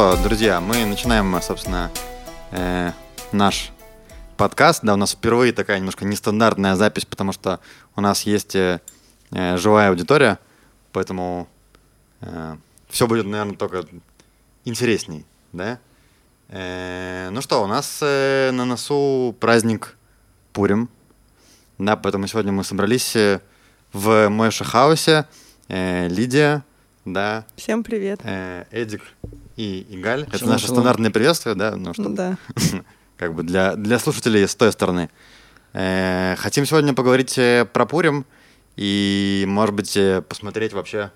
что, друзья, мы начинаем, собственно, наш подкаст. Да, у нас впервые такая немножко нестандартная запись, потому что у нас есть живая аудитория, поэтому все будет, наверное, только интересней, да? Ну что, у нас на носу праздник Пурим, да, поэтому сегодня мы собрались в Моше Хаусе. Лидия, да. Всем привет. Эдик и Игаль. Это Шалом, наше шалом. стандартное приветствие, да? Ну, чтобы, Да. как бы для слушателей с той стороны. Хотим сегодня поговорить про Пурим и, может быть, посмотреть вообще,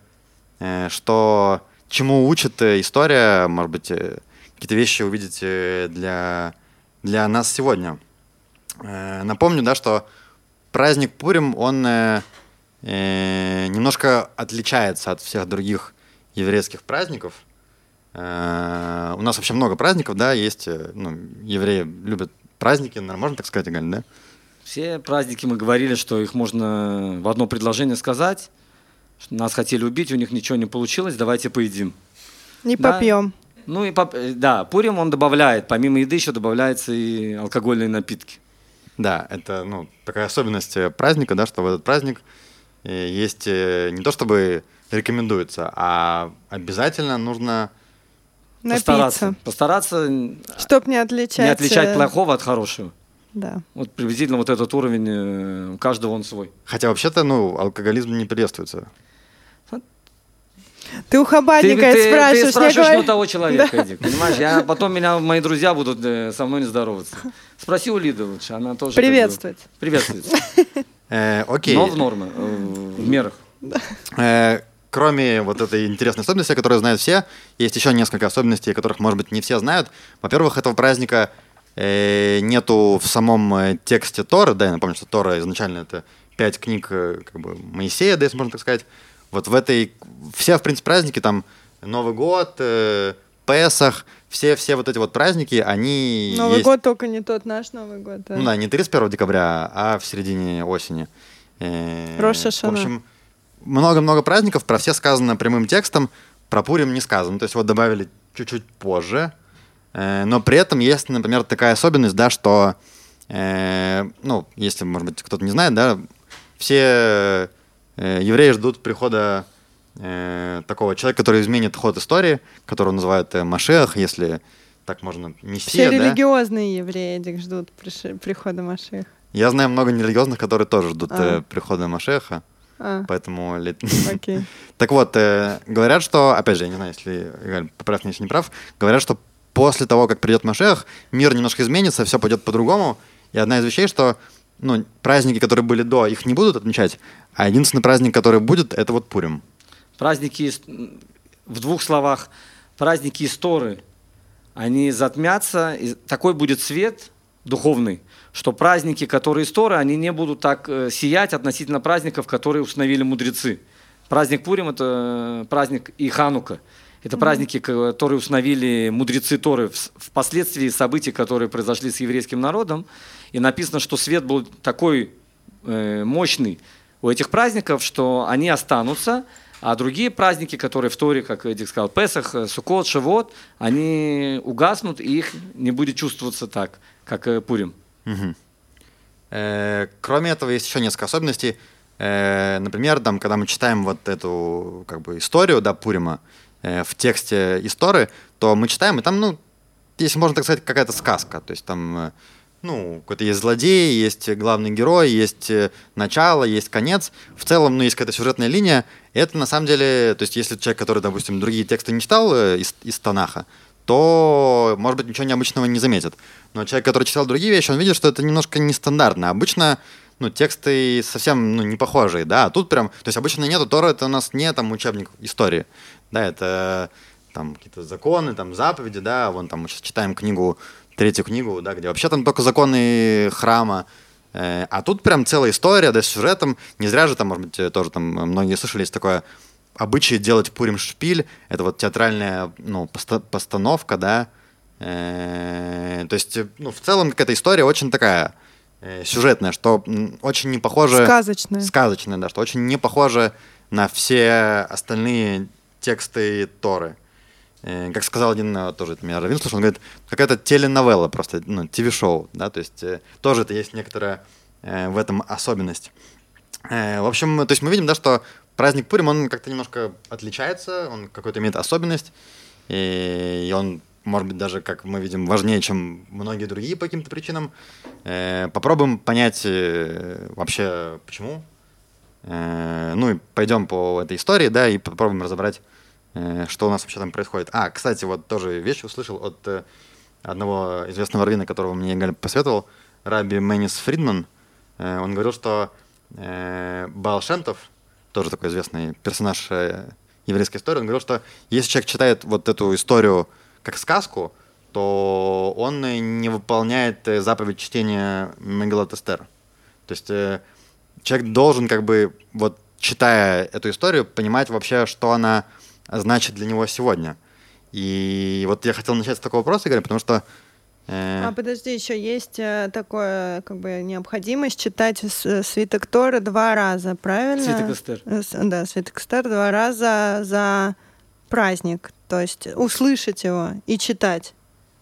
чему учит история, может быть, какие-то вещи увидеть для нас сегодня. Напомню, да, что праздник Пурим, он немножко отличается от всех других еврейских праздников. У нас вообще много праздников, да, есть, евреи любят праздники, наверное, можно так сказать, Игаль, да? Все праздники мы говорили, что их можно в одно предложение сказать. Что нас хотели убить, у них ничего не получилось, давайте поедим. Не Да. попьем. Ну и да, Пурим он добавляет, помимо еды еще добавляются и алкогольные напитки. Да, это такая особенность праздника, да, что в этот праздник есть не то чтобы рекомендуется, а обязательно нужно Напиться. Постараться Чтоб не отличать... плохого от хорошего. Да. Вот приблизительно вот этот уровень, у каждого он свой. Хотя вообще-то, алкоголизм не приветствуется. Ты у хабадника Ты спрашиваешь. спрашиваешь не у того человека, Эдик, понимаешь? Потом мои друзья будут со мной не здороваться. Спроси у Лиды лучше, она тоже... Приветствовать. Приветствует. Окей. Но в норме, в мерах. Кроме вот этой интересной особенности, которую знают все, есть еще несколько особенностей, которых, может быть, не все знают. Во-первых, этого праздника нету в самом тексте Торы. Да, я напомню, что Тора изначально это 5 книг как бы Моисея, да, если можно так сказать. Вот в этой... Все, в принципе, праздники, там, Новый год, Песах, все вот эти вот праздники, они Новый есть... год только не тот наш Новый год. Да. Ну да, не 31 декабря, а в середине осени. Рош ха-Шана. В общем, много-много праздников, про все сказано прямым текстом, про Пурим не сказано. То есть вот добавили чуть-чуть позже. Но при этом есть, например, такая особенность, да, что, если, может быть, кто-то не знает, да, все евреи ждут прихода такого человека, который изменит ход истории, которого называют Машиах, если так можно, Мессия, Все да? религиозные евреи, Эдик, ждут прихода Машиаха. Я знаю много нерелигиозных, которые тоже ждут прихода Машиаха, поэтому... Окей. Так вот, говорят, что, опять же, я не знаю, если Игаль, поправь меня, если не прав, говорят, что после того, как придет Машиах, мир немножко изменится, все пойдет по-другому. И одна из вещей, что праздники, которые были до, их не будут отмечать, а единственный праздник, который будет, это вот Пурим. Праздники, в двух словах, праздники истории, они затмятся, и такой будет свет духовный, что праздники, которые истории, они не будут так сиять относительно праздников, которые установили мудрецы. Праздник Пурим – это праздник и Ханука. Это праздники, которые установили мудрецы Торы впоследствии событий, которые произошли с еврейским народом. И написано, что свет был такой мощный у этих праздников, что они останутся, а другие праздники, которые в Торе, как Эдик сказал, Песах, Суккот, Шавуот, они угаснут, и их не будет чувствоваться так, как Пурим. Угу. Кроме этого, есть еще несколько особенностей. Например, там, когда мы читаем вот эту как бы историю, да, Пурима, в тексте истории, то мы читаем, и там, если можно так сказать, какая-то сказка. То есть там, какой-то есть злодей, есть главный герой, есть начало, есть конец. В целом, есть какая-то сюжетная линия. И это на самом деле, то есть если человек, который, допустим, другие тексты не читал из Танаха, то, может быть, ничего необычного не заметит. Но человек, который читал другие вещи, он видит, что это немножко нестандартно. Обычно тексты совсем не похожие, да, а тут прям, то есть обычно нету Тора, это у нас не там учебник истории, да, это там какие-то законы, там заповеди, да, вон там мы сейчас читаем третью книгу, да, где вообще там только законы храма, а тут прям целая история, да, с сюжетом, не зря же там, может быть, тоже там многие слышали, есть такое обычай делать Пурим шпиль, это вот театральная, постановка, да, то есть, в целом какая-то история очень такая сюжетная, что очень не похоже... Сказочная, да, что очень не похоже на все остальные тексты Торы. как сказал один тоже, это меня Равин слушал, он говорит, какая-то теленовелла просто, ну, ТВ-шоу, да, то есть тоже это есть некоторая в этом особенность. В общем, то есть мы видим, да, что праздник Пурим, он как-то немножко отличается, он какой-то имеет особенность, и он, может быть, даже, как мы видим, важнее, чем многие другие по каким-то причинам. Попробуем понять вообще, почему. Ну и пойдем по этой истории, да, и попробуем разобрать, что у нас вообще там происходит. Кстати, вот тоже вещь услышал от одного известного раввина, которого мне Игорь посоветовал, Раби Менис Фридман. Он говорил, что Баал Шем Тов, тоже такой известный персонаж еврейской истории, он говорил, что если человек читает вот эту историю как сказку, то он не выполняет заповедь чтения Мегилат Эстер. То есть человек должен, как бы, вот читая эту историю, понимать вообще, что она значит для него сегодня. И вот я хотел начать с такого вопроса, Игорь, потому что... Подожди, еще есть такое, как бы, необходимость читать свиток Торы 2 раза, правильно? Свиток Эстер. Да, свиток Эстер 2 раза за праздник. То есть услышать его и читать.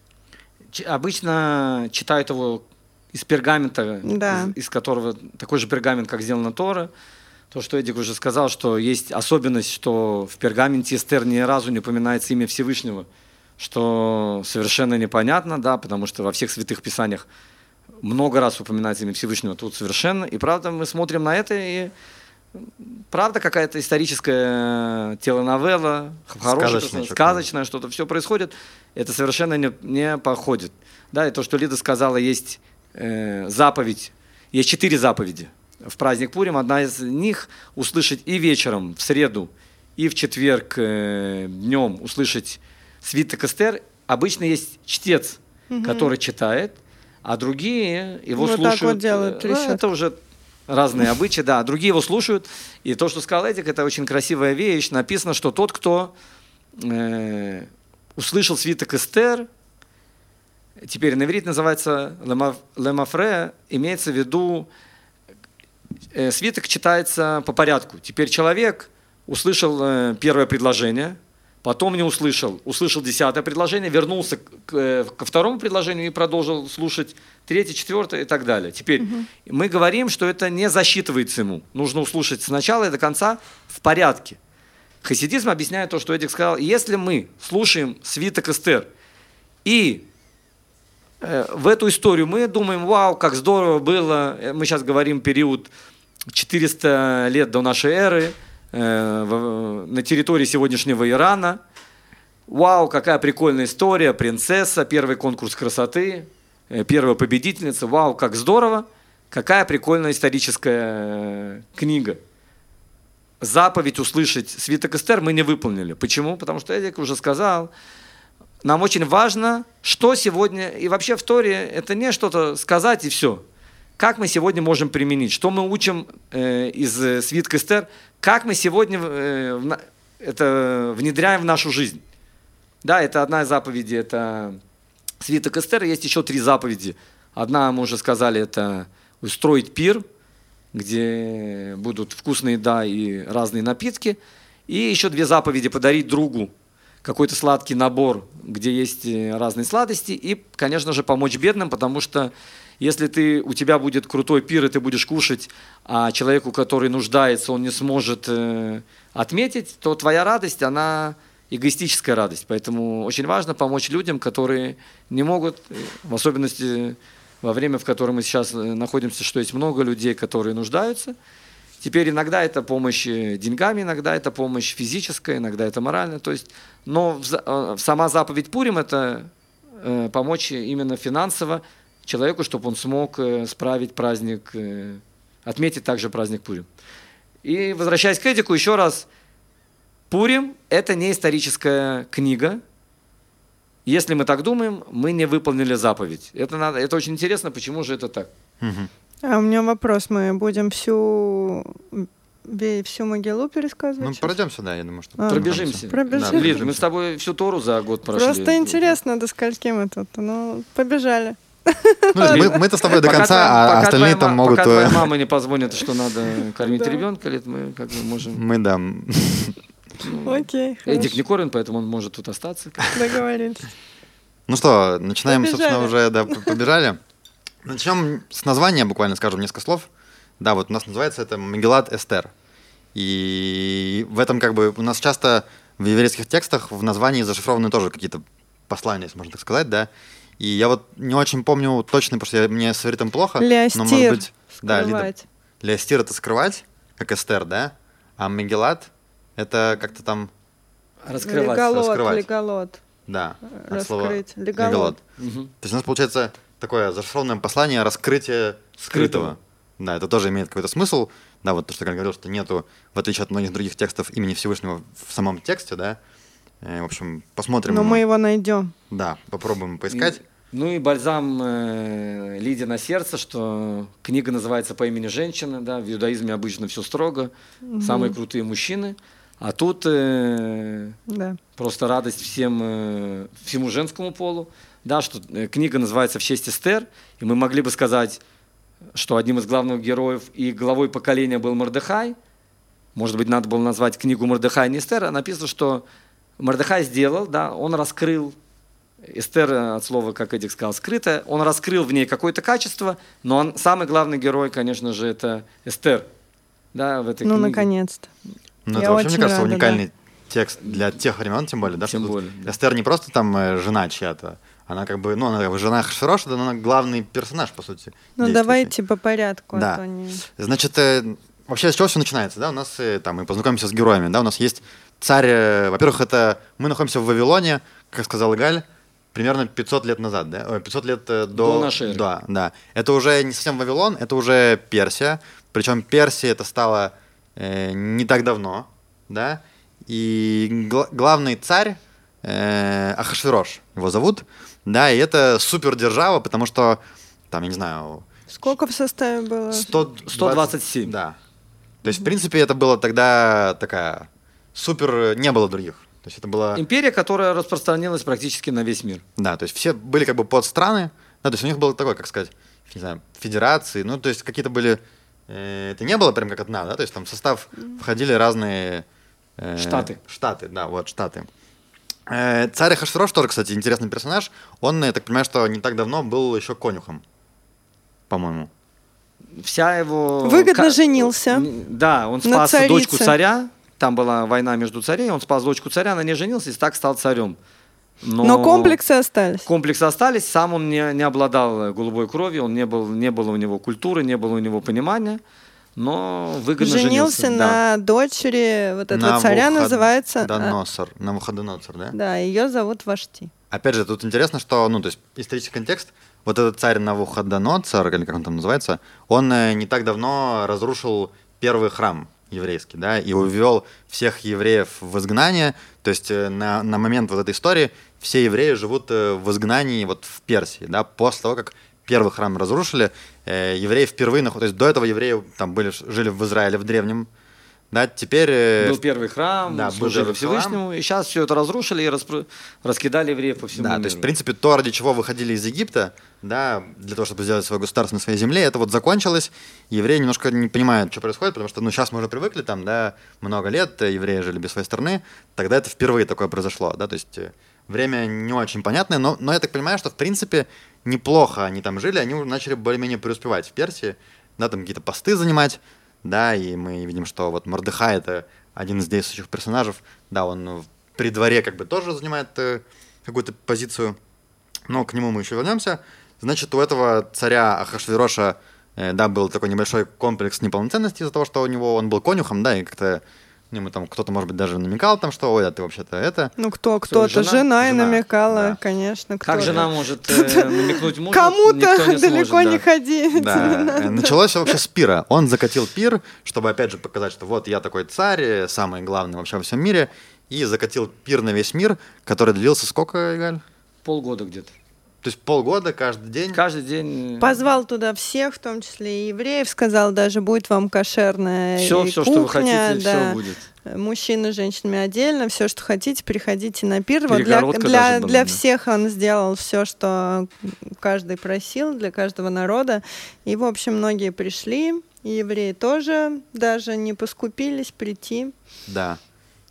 Обычно читают его из пергамента, да. из которого такой же пергамент, как сделана Тора. То, что Эдик уже сказал, что есть особенность, что в пергаменте Эстер ни разу не упоминается имя Всевышнего, что совершенно непонятно, да, потому что во всех святых писаниях много раз упоминается имя Всевышнего, тут совершенно. И правда, мы смотрим на это, и правда какая-то историческая теленовелла, сказочная что-то, все происходит, это совершенно не походит. Да, и то, что Лида сказала, есть заповедь, есть 4 заповеди в праздник Пурим. Одна из них — услышать и вечером, в среду, и в четверг днем услышать свиток Эстер. Обычно есть чтец, который читает, а другие его слушают. Так вот делают, это уже разные обычаи, да. Другие его слушают. И то, что сказал Эдик, это очень красивая вещь. Написано, что тот, кто услышал свиток Эстер, теперь на иврите называется лемафре, имеется в виду, свиток читается по порядку. Теперь человек услышал первое предложение, потом не услышал 10-е предложение, вернулся ко второму предложению и продолжил слушать 3-е, 4-е и так далее. Теперь мы говорим, что это не засчитывается ему. Нужно услышать с начала и до конца в порядке. Хасидизм объясняет то, что Эдик сказал. Если мы слушаем свиток Эстер и в эту историю мы думаем, вау, как здорово было, мы сейчас говорим период 400 лет до нашей эры, на территории сегодняшнего Ирана. Вау, какая прикольная история, принцесса, первый конкурс красоты, первая победительница. Вау, как здорово, какая прикольная историческая книга. Заповедь услышать свиток Эстер мы не выполнили. Почему? Потому что Эдик уже сказал, нам очень важно, что сегодня, и вообще в Торе это не что-то сказать и все. Как мы сегодня можем применить? Что мы учим из свитка Эстер? Как мы сегодня это внедряем в нашу жизнь? Да, это одна из заповедей, это свиток Эстер. Есть еще 3 заповеди. Одна, мы уже сказали, это устроить пир, где будут вкусная еда и разные напитки. И еще 2 заповеди: подарить другу какой-то сладкий набор, где есть разные сладости. И, конечно же, помочь бедным, потому что если у тебя будет крутой пир, и ты будешь кушать, а человеку, который нуждается, он не сможет отметить, то твоя радость, она эгоистическая радость. Поэтому очень важно помочь людям, которые не могут, в особенности во время, в котором мы сейчас находимся, что есть много людей, которые нуждаются. Теперь иногда это помощь деньгами, иногда это помощь физическая, иногда это моральная. То есть, но сама заповедь Пурим – это помочь именно финансово человеку, чтобы он смог справить праздник, отметить также праздник Пурим. И возвращаясь к Эдику, еще раз, Пурим – это не историческая книга. Если мы так думаем, мы не выполнили заповедь. Это очень интересно, почему же это так. У меня вопрос. Мы будем всю Могилу пересказывать? Ну, пройдемся, да, я думаю, что... Пробежимся. Пробежимся. Да, Лид, мы с тобой всю Тору за год прошли. Просто интересно, до скольки мы тут. Ну, побежали. Ну, мы-то с тобой до конца, а остальные там могут... Пока твоя мама не позвонит, что надо кормить ребенка, мы как бы можем... Мы, да. Окей, Эдик хорошо. не Корин, поэтому он может тут остаться. Договорились. Ну что, начинаем, Побежали. собственно, уже, да, побежали. Начнем с названия, буквально скажем несколько слов. Да, вот у нас называется это Мегилат Эстер. И в этом как бы у нас часто в еврейских текстах в названии зашифрованы тоже какие-то послания, если можно так сказать, да. И я вот не очень помню точно, потому что мне с ивритом плохо. Леостир. Но, может быть, да, Скрывать. Леостир — это скрывать, как Эстер, да. А Мегилат — это как-то там, Раскрывать. раскрывать. Леголот. да, от слова Раскрыть. Леголот. Мгм. То есть у нас получается такое зашифрованное послание раскрытия скрытого. Да, это тоже имеет какой-то смысл. Да, вот то, что я говорил, что нету, в отличие от многих других текстов, имени Всевышнего в самом тексте, да. В общем, посмотрим. Но мы его найдем. Да, попробуем поискать. Ну и бальзам Лидии на сердце, что книга называется «По имени женщины». Да? В иудаизме обычно все строго, самые крутые мужчины. А тут Да. просто радость всему женскому полу. Да, что книга называется «В честь Эстер». И мы могли бы сказать, что одним из главных героев и главой поколения был Мордехай. Может быть, надо было назвать книгу «Мордехай» не Эстер. А написано, что Мордехай сделал, да, он раскрыл. Эстер от слова, как Эдик сказал, скрытая. Он раскрыл в ней какое-то качество, но самый главный герой, конечно же, это Эстер. Да, в этой Ну, книге. наконец-то. Ну, Я это вообще, мне очень кажется, рада, уникальный текст для тех времен, тем более, да, Тем что тут более, да. Эстер не просто там жена чья-то, она как бы, ну, она как бы жена Ахашвироша, да, но она главный персонаж, по сути. Ну, действующий. давайте по порядку. Да. А то не... Значит, вообще с чего все начинается, да? У нас там мы познакомимся с героями, да? У нас есть царь. Во-первых, это мы находимся в Вавилоне, как сказал Игаль, примерно 500 лет назад, да? Ой, 500 лет До нашей эры. Да, да. Это уже не совсем Вавилон, это уже Персия. Причем Персия это стало не так давно, да? И главный царь Ахашвирош его зовут, да? И это супердержава, потому что там, я не знаю. Сколько в составе было? 127. Да. То есть, в принципе, это было тогда такая супер... Не было других. То есть это было... Империя, которая распространилась практически на весь мир. Да, то есть все были как бы подстраны. Да, то есть у них было такое, как сказать, не знаю, федерации. Ну, то есть какие-то были... это не было прям как одна, да? То есть там в состав входили разные... Штаты. Штаты, да, вот, штаты. Царь Ахашвирош тоже, кстати, интересный персонаж. Он, я так понимаю, что не так давно был еще конюхом, по-моему. Вся его... Выгодно женился. Да, он на спас царице. дочку царя. Там была война между царей. Он спас дочку царя, на ней женился и так стал царем. Но комплексы остались. Комплексы остались. Сам он не обладал голубой кровью. Он не было у него культуры, не было у него понимания. Но выгодно Женился да. на дочери вот этого царя, называется... Навуходоносор, да? Да, ее зовут Вашти. Опять же, тут интересно, что, ну, то есть исторический контекст, вот этот царь Навуходоносор, или как он там называется, он не так давно разрушил первый храм еврейский, да, и увел всех евреев в изгнание, то есть на момент вот этой истории все евреи живут в изгнании вот в Персии, да, после того, как первый храм разрушили, евреи впервые, то есть до этого евреи там жили в Израиле в древнем, да, теперь... Был первый храм, да, служили Всевышнему, и сейчас все это разрушили и раскидали евреев по всему миру. Да, то есть, в принципе, то, ради чего выходили из Египта, да, для того, чтобы сделать свое государство на своей земле, это вот закончилось. Евреи немножко не понимают, что происходит, потому что, ну, сейчас мы уже привыкли, там, да, много лет евреи жили без своей страны, тогда это впервые такое произошло, да, то есть время не очень понятное, но я так понимаю, что, в принципе, неплохо они там жили, они уже начали более-менее преуспевать в Персии, да, там какие-то посты занимать, да, и мы видим, что вот Мордехай — это один из действующих персонажей, да, он при дворе как бы тоже занимает какую-то позицию, но к нему мы еще вернемся. Значит, у этого царя Ахашвироша, да, был такой небольшой комплекс неполноценности из-за того, что у него он был конюхом, да, и как-то ему там кто-то, может быть, даже намекал там, что, ой, а ты вообще-то это... Ну, кто-то, жена и намекала, да. Конечно. Как жена может намекнуть мужу? Кому-то далеко не ходи. Да, началось вообще с пира. Он закатил пир, чтобы, опять же, показать, что вот я такой царь, самый главный вообще во всем мире, и закатил пир на весь мир, который длился сколько, Игаль? Полгода где-то. То есть полгода, каждый день? Каждый день. Позвал туда всех, в том числе и евреев, сказал, даже будет вам кошерная все, кухня, что вы хотите, да. все будет. Мужчины с женщинами отдельно, все, что хотите, приходите на пир. Вот для всех он сделал все, что каждый просил, для каждого народа. И, в общем, многие пришли, и евреи тоже даже не поскупились прийти. Да.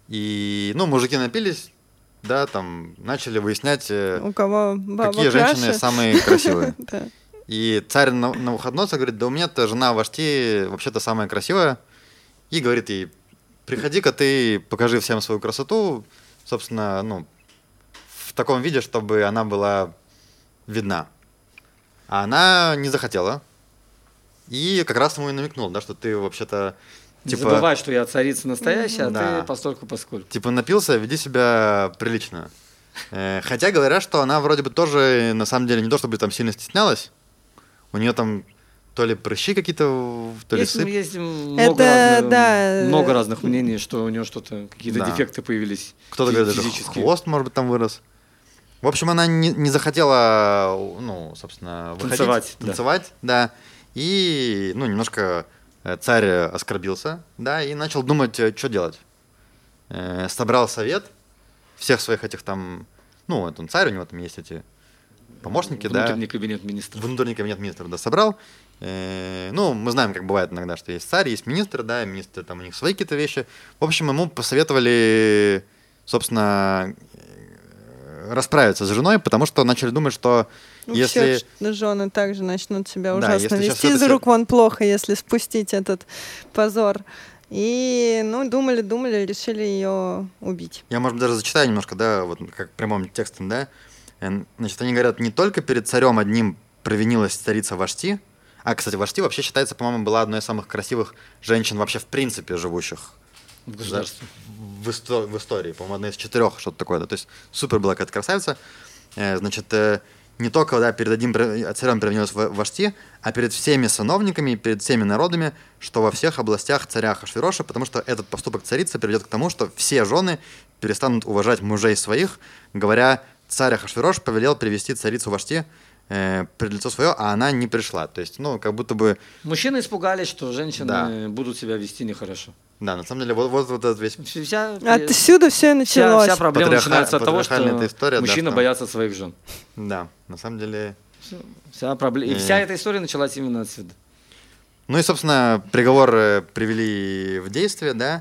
И, ну, мужики напились, да, там, начали выяснять, у кого баба какие краше. женщины самые красивые. И царь Навуходоносор говорит, да у меня-то жена Вашти вообще-то самая красивая. И говорит ей, приходи-ка ты, покажи всем свою красоту, собственно, ну, в таком виде, чтобы она была видна. А она не захотела. И как раз ему и намекнул, да, что ты вообще-то... Не забывай, что я царица настоящая, а ты постольку-поскольку. Типа напился, веди себя прилично. Хотя говорят, что она вроде бы тоже, на самом деле, не то чтобы там сильно стеснялась. У нее там то ли прыщи какие-то, то ли сыпь. Есть много разных мнений, что у нее что-то, какие-то дефекты появились. Кто-то говорит, даже хвост, может быть, там вырос. В общем, она не захотела, ну, собственно, выходить, танцевать, да. И, ну, немножко царь оскорбился, да, и начал думать, что делать. Собрал совет всех своих этих там, ну, вот он царь, у него там есть эти помощники, внутренний кабинет министров. Внутренний кабинет министров, да, собрал. Ну, мы знаем, как бывает иногда, что есть царь, есть министр, да, министры, там у них свои какие-то вещи. В общем, ему посоветовали, собственно, расправиться с женой, потому что начали думать, что если... Все жены также начнут себя ужасно вести, из рук вон плохо, если спустить этот позор. И, ну, думали, решили ее убить. Я, может быть, даже зачитаю немножко, да, вот как прямым текстом, да. Значит, они говорят, не только перед царем одним провинилась царица Вашти, а, кстати, Вашти вообще считается, по-моему, была одной из самых красивых женщин вообще в принципе живущих в государстве. В истории, по-моему, одна из 4, что-то такое, да, то есть супер была какая-то красавица. Значит, не только, да, перед одним царем провинилась Вашти, а перед всеми сановниками, перед всеми народами, что во всех областях царя Ахашвироша, потому что этот поступок царицы приведет к тому, что все жены перестанут уважать мужей своих, говоря, царь Ахашвирош повелел привести царицу Вашти пред лицо свое, а она не пришла. То есть, ну, как будто бы... Мужчины испугались, что женщины будут себя вести нехорошо. Да, на самом деле, вот этот весь... Отсюда все и началось. Вся проблема начинается от того, что история, мужчины боятся своих жен. Да, на самом деле... Вся проблема. И вся эта история началась именно отсюда. Ну и, собственно, приговор привели в действие, да,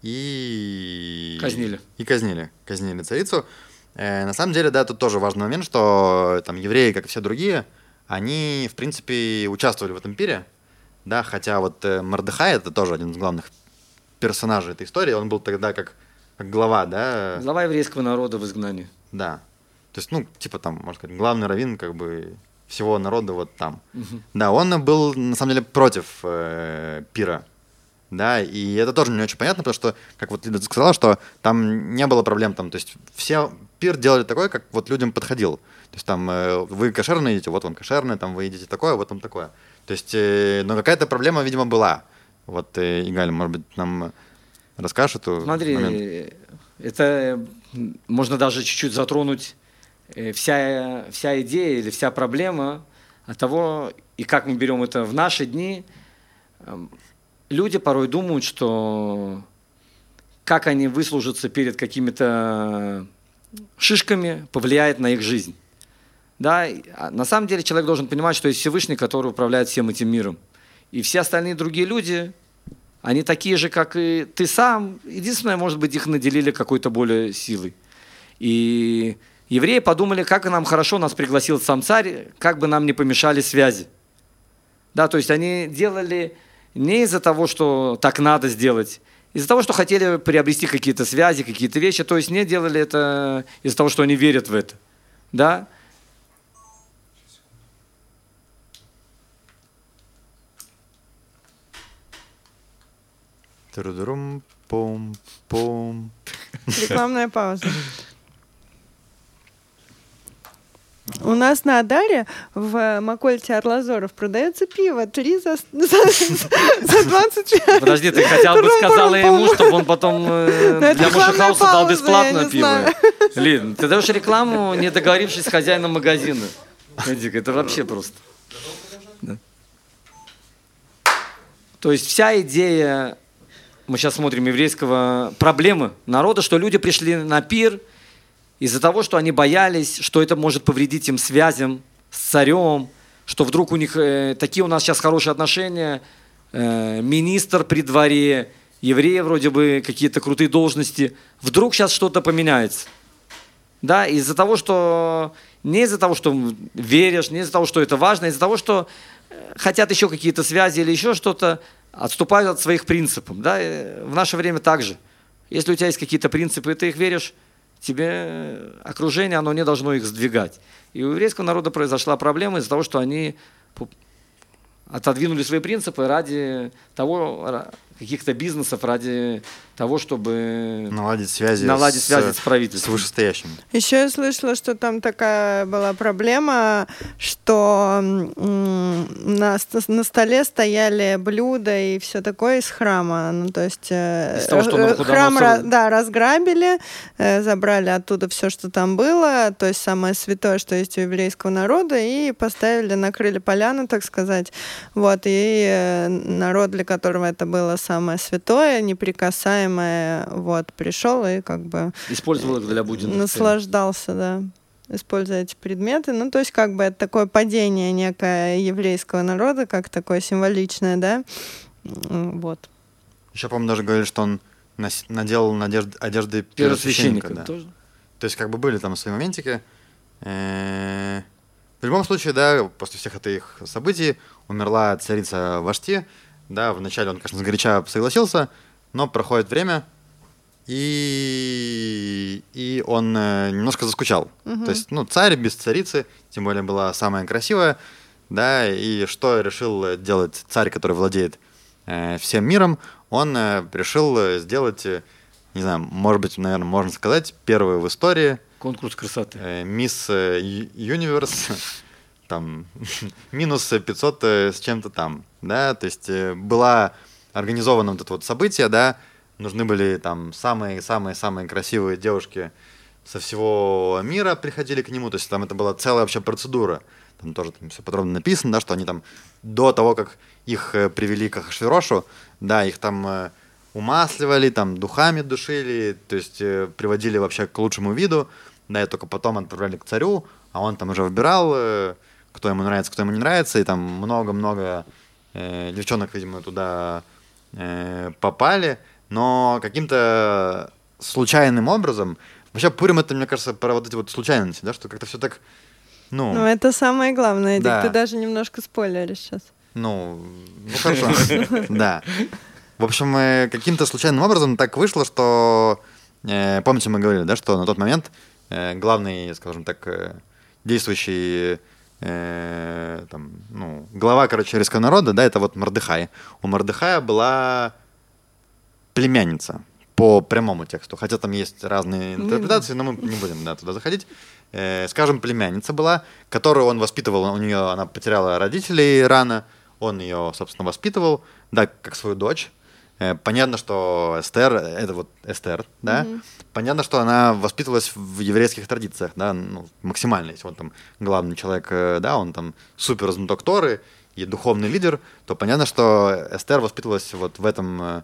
и... Казнили царицу. На самом деле, да, тут тоже важный момент, что там евреи, как и все другие, они, в принципе, участвовали в этом пире, да, хотя вот Мордехай, это тоже один из главных персонажей этой истории, он был тогда как глава, да. Глава еврейского народа в изгнании. Да, то есть, ну, типа там, можно сказать, главный раввин, как бы, всего народа вот там. Угу. Да, он был, на самом деле, против пира. Да, и это тоже не очень понятно, потому что, как вот Лида сказала, что там не было проблем, там, то есть все пир делали такой, как вот людям подходил. То есть там вы кошерный едите, вот он кошерный, там вы едите такое, вот он такое. То есть, но какая-то проблема, видимо, была. Вот, Игаль, может быть, нам расскажешь эту Смотри, момент? Это можно даже чуть-чуть затронуть вся идея или вся проблема от того, и как мы берем это в наши дни. Люди порой думают, что как они выслужатся перед какими-то шишками, повлияет на их жизнь. Да? На самом деле человек должен понимать, что есть Всевышний, который управляет всем этим миром. И все остальные другие люди, они такие же, как и ты сам. Единственное, может быть, их наделили какой-то более силой. И евреи подумали, как нам хорошо нас пригласил сам царь, как бы нам не помешали связи. Да, то есть они делали... Не из-за того, что так надо сделать, из-за того, что хотели приобрести какие-то связи, какие-то вещи, то есть не делали это из-за того, что они верят в это. Да? Рекламная пауза. У нас на Адаре в Макольте Арлазоров продается пиво 3 за 20. Подожди, ты хотя бы сказала ему, чтобы он потом для Мушехауса дал бесплатно пиво. Лин, ты даешь рекламу, не договорившись с хозяином магазина. Это вообще просто. Да. То есть вся идея, мы сейчас смотрим, еврейского проблемы народа, что люди пришли на пир, из-за того, что они боялись, что это может повредить им связям с царем, что вдруг у них такие у нас сейчас хорошие отношения, министр при дворе, евреи вроде бы какие-то крутые должности, вдруг сейчас что-то поменяется. Да, из-за того, что не из-за того, что веришь, не из-за того, что это важно, а из-за того, что хотят еще какие-то связи или еще что-то, отступают от своих принципов. Да? В наше время также. Если у тебя есть какие-то принципы, и ты их веришь, тебе окружение, оно не должно их сдвигать. И у еврейского народа произошла проблема из-за того, что они отодвинули свои принципы ради того, каких-то бизнесов, ради того, чтобы наладить связи с правительством. С вышестоящим. Еще я слышала, что там такая была проблема, что на столе стояли блюда и все такое из храма. Ну, то есть храм разграбили, забрали оттуда все, что там было, то есть самое святое, что есть у еврейского народа, и поставили, накрыли поляну, так сказать. Вот, и народ, для которого это было самое святое, неприкасаемое, вот, пришел и как бы использовал их для будничных наслаждался, да, используя эти предметы. Ну, то есть, как бы это такое падение некое еврейского народа, как такое символичное, да, вот. Еще, по-моему, даже говорили, что он наделал одежды первосвященника. Да. Тоже. То есть, как бы были там свои моментики. В любом случае, да, после всех этих событий умерла царица Вашти. Да, вначале он, конечно, сгоряча согласился, но проходит время, и он немножко заскучал. То есть, ну, царь без царицы, тем более была самая красивая, да, и что решил делать царь, который владеет всем миром? Он решил сделать, не знаю, может быть, наверное, можно сказать, первую в истории конкурс красоты. Мисс Юниверс, там, минус 500 с чем-то там, да, то есть была организована вот это вот событие, да, нужны были там самые-самые-самые красивые девушки со всего мира приходили к нему, то есть там это была целая вообще процедура, там тоже там все подробно написано, да, что они там до того, как их привели к Ахашвирошу, да, их там умасливали, там духами душили, то есть приводили вообще к лучшему виду, да, и только потом отправляли к царю, а он там уже выбирал, кто ему нравится, кто ему не нравится, и там много-много девчонок, видимо, туда попали, но каким-то случайным образом, вообще Пурим это, мне кажется, про вот эти вот случайности, да, что как-то все так, ну это самое главное, Эдик, да. Ты даже немножко спойлеришь сейчас. Ну хорошо, да. В общем, каким-то случайным образом так вышло, что, помните, мы говорили, да, что на тот момент главный, скажем так, действующий там, ну, глава, короче, еврейского народа, да, это вот Мордехай. У Мордехая была племянница по прямому тексту, хотя там есть разные интерпретации, но мы не будем, да, туда заходить. Скажем, племянница была, которую он воспитывал, у нее, она потеряла родителей рано, он ее, собственно, воспитывал, да, как свою дочь. Понятно, что Эстер, это вот Эстер, да, понятно, что она воспитывалась в еврейских традициях, да, ну, максимально, если он там главный человек, да, он там супер знаток Торы и духовный лидер, то понятно, что Эстер воспитывалась вот в этом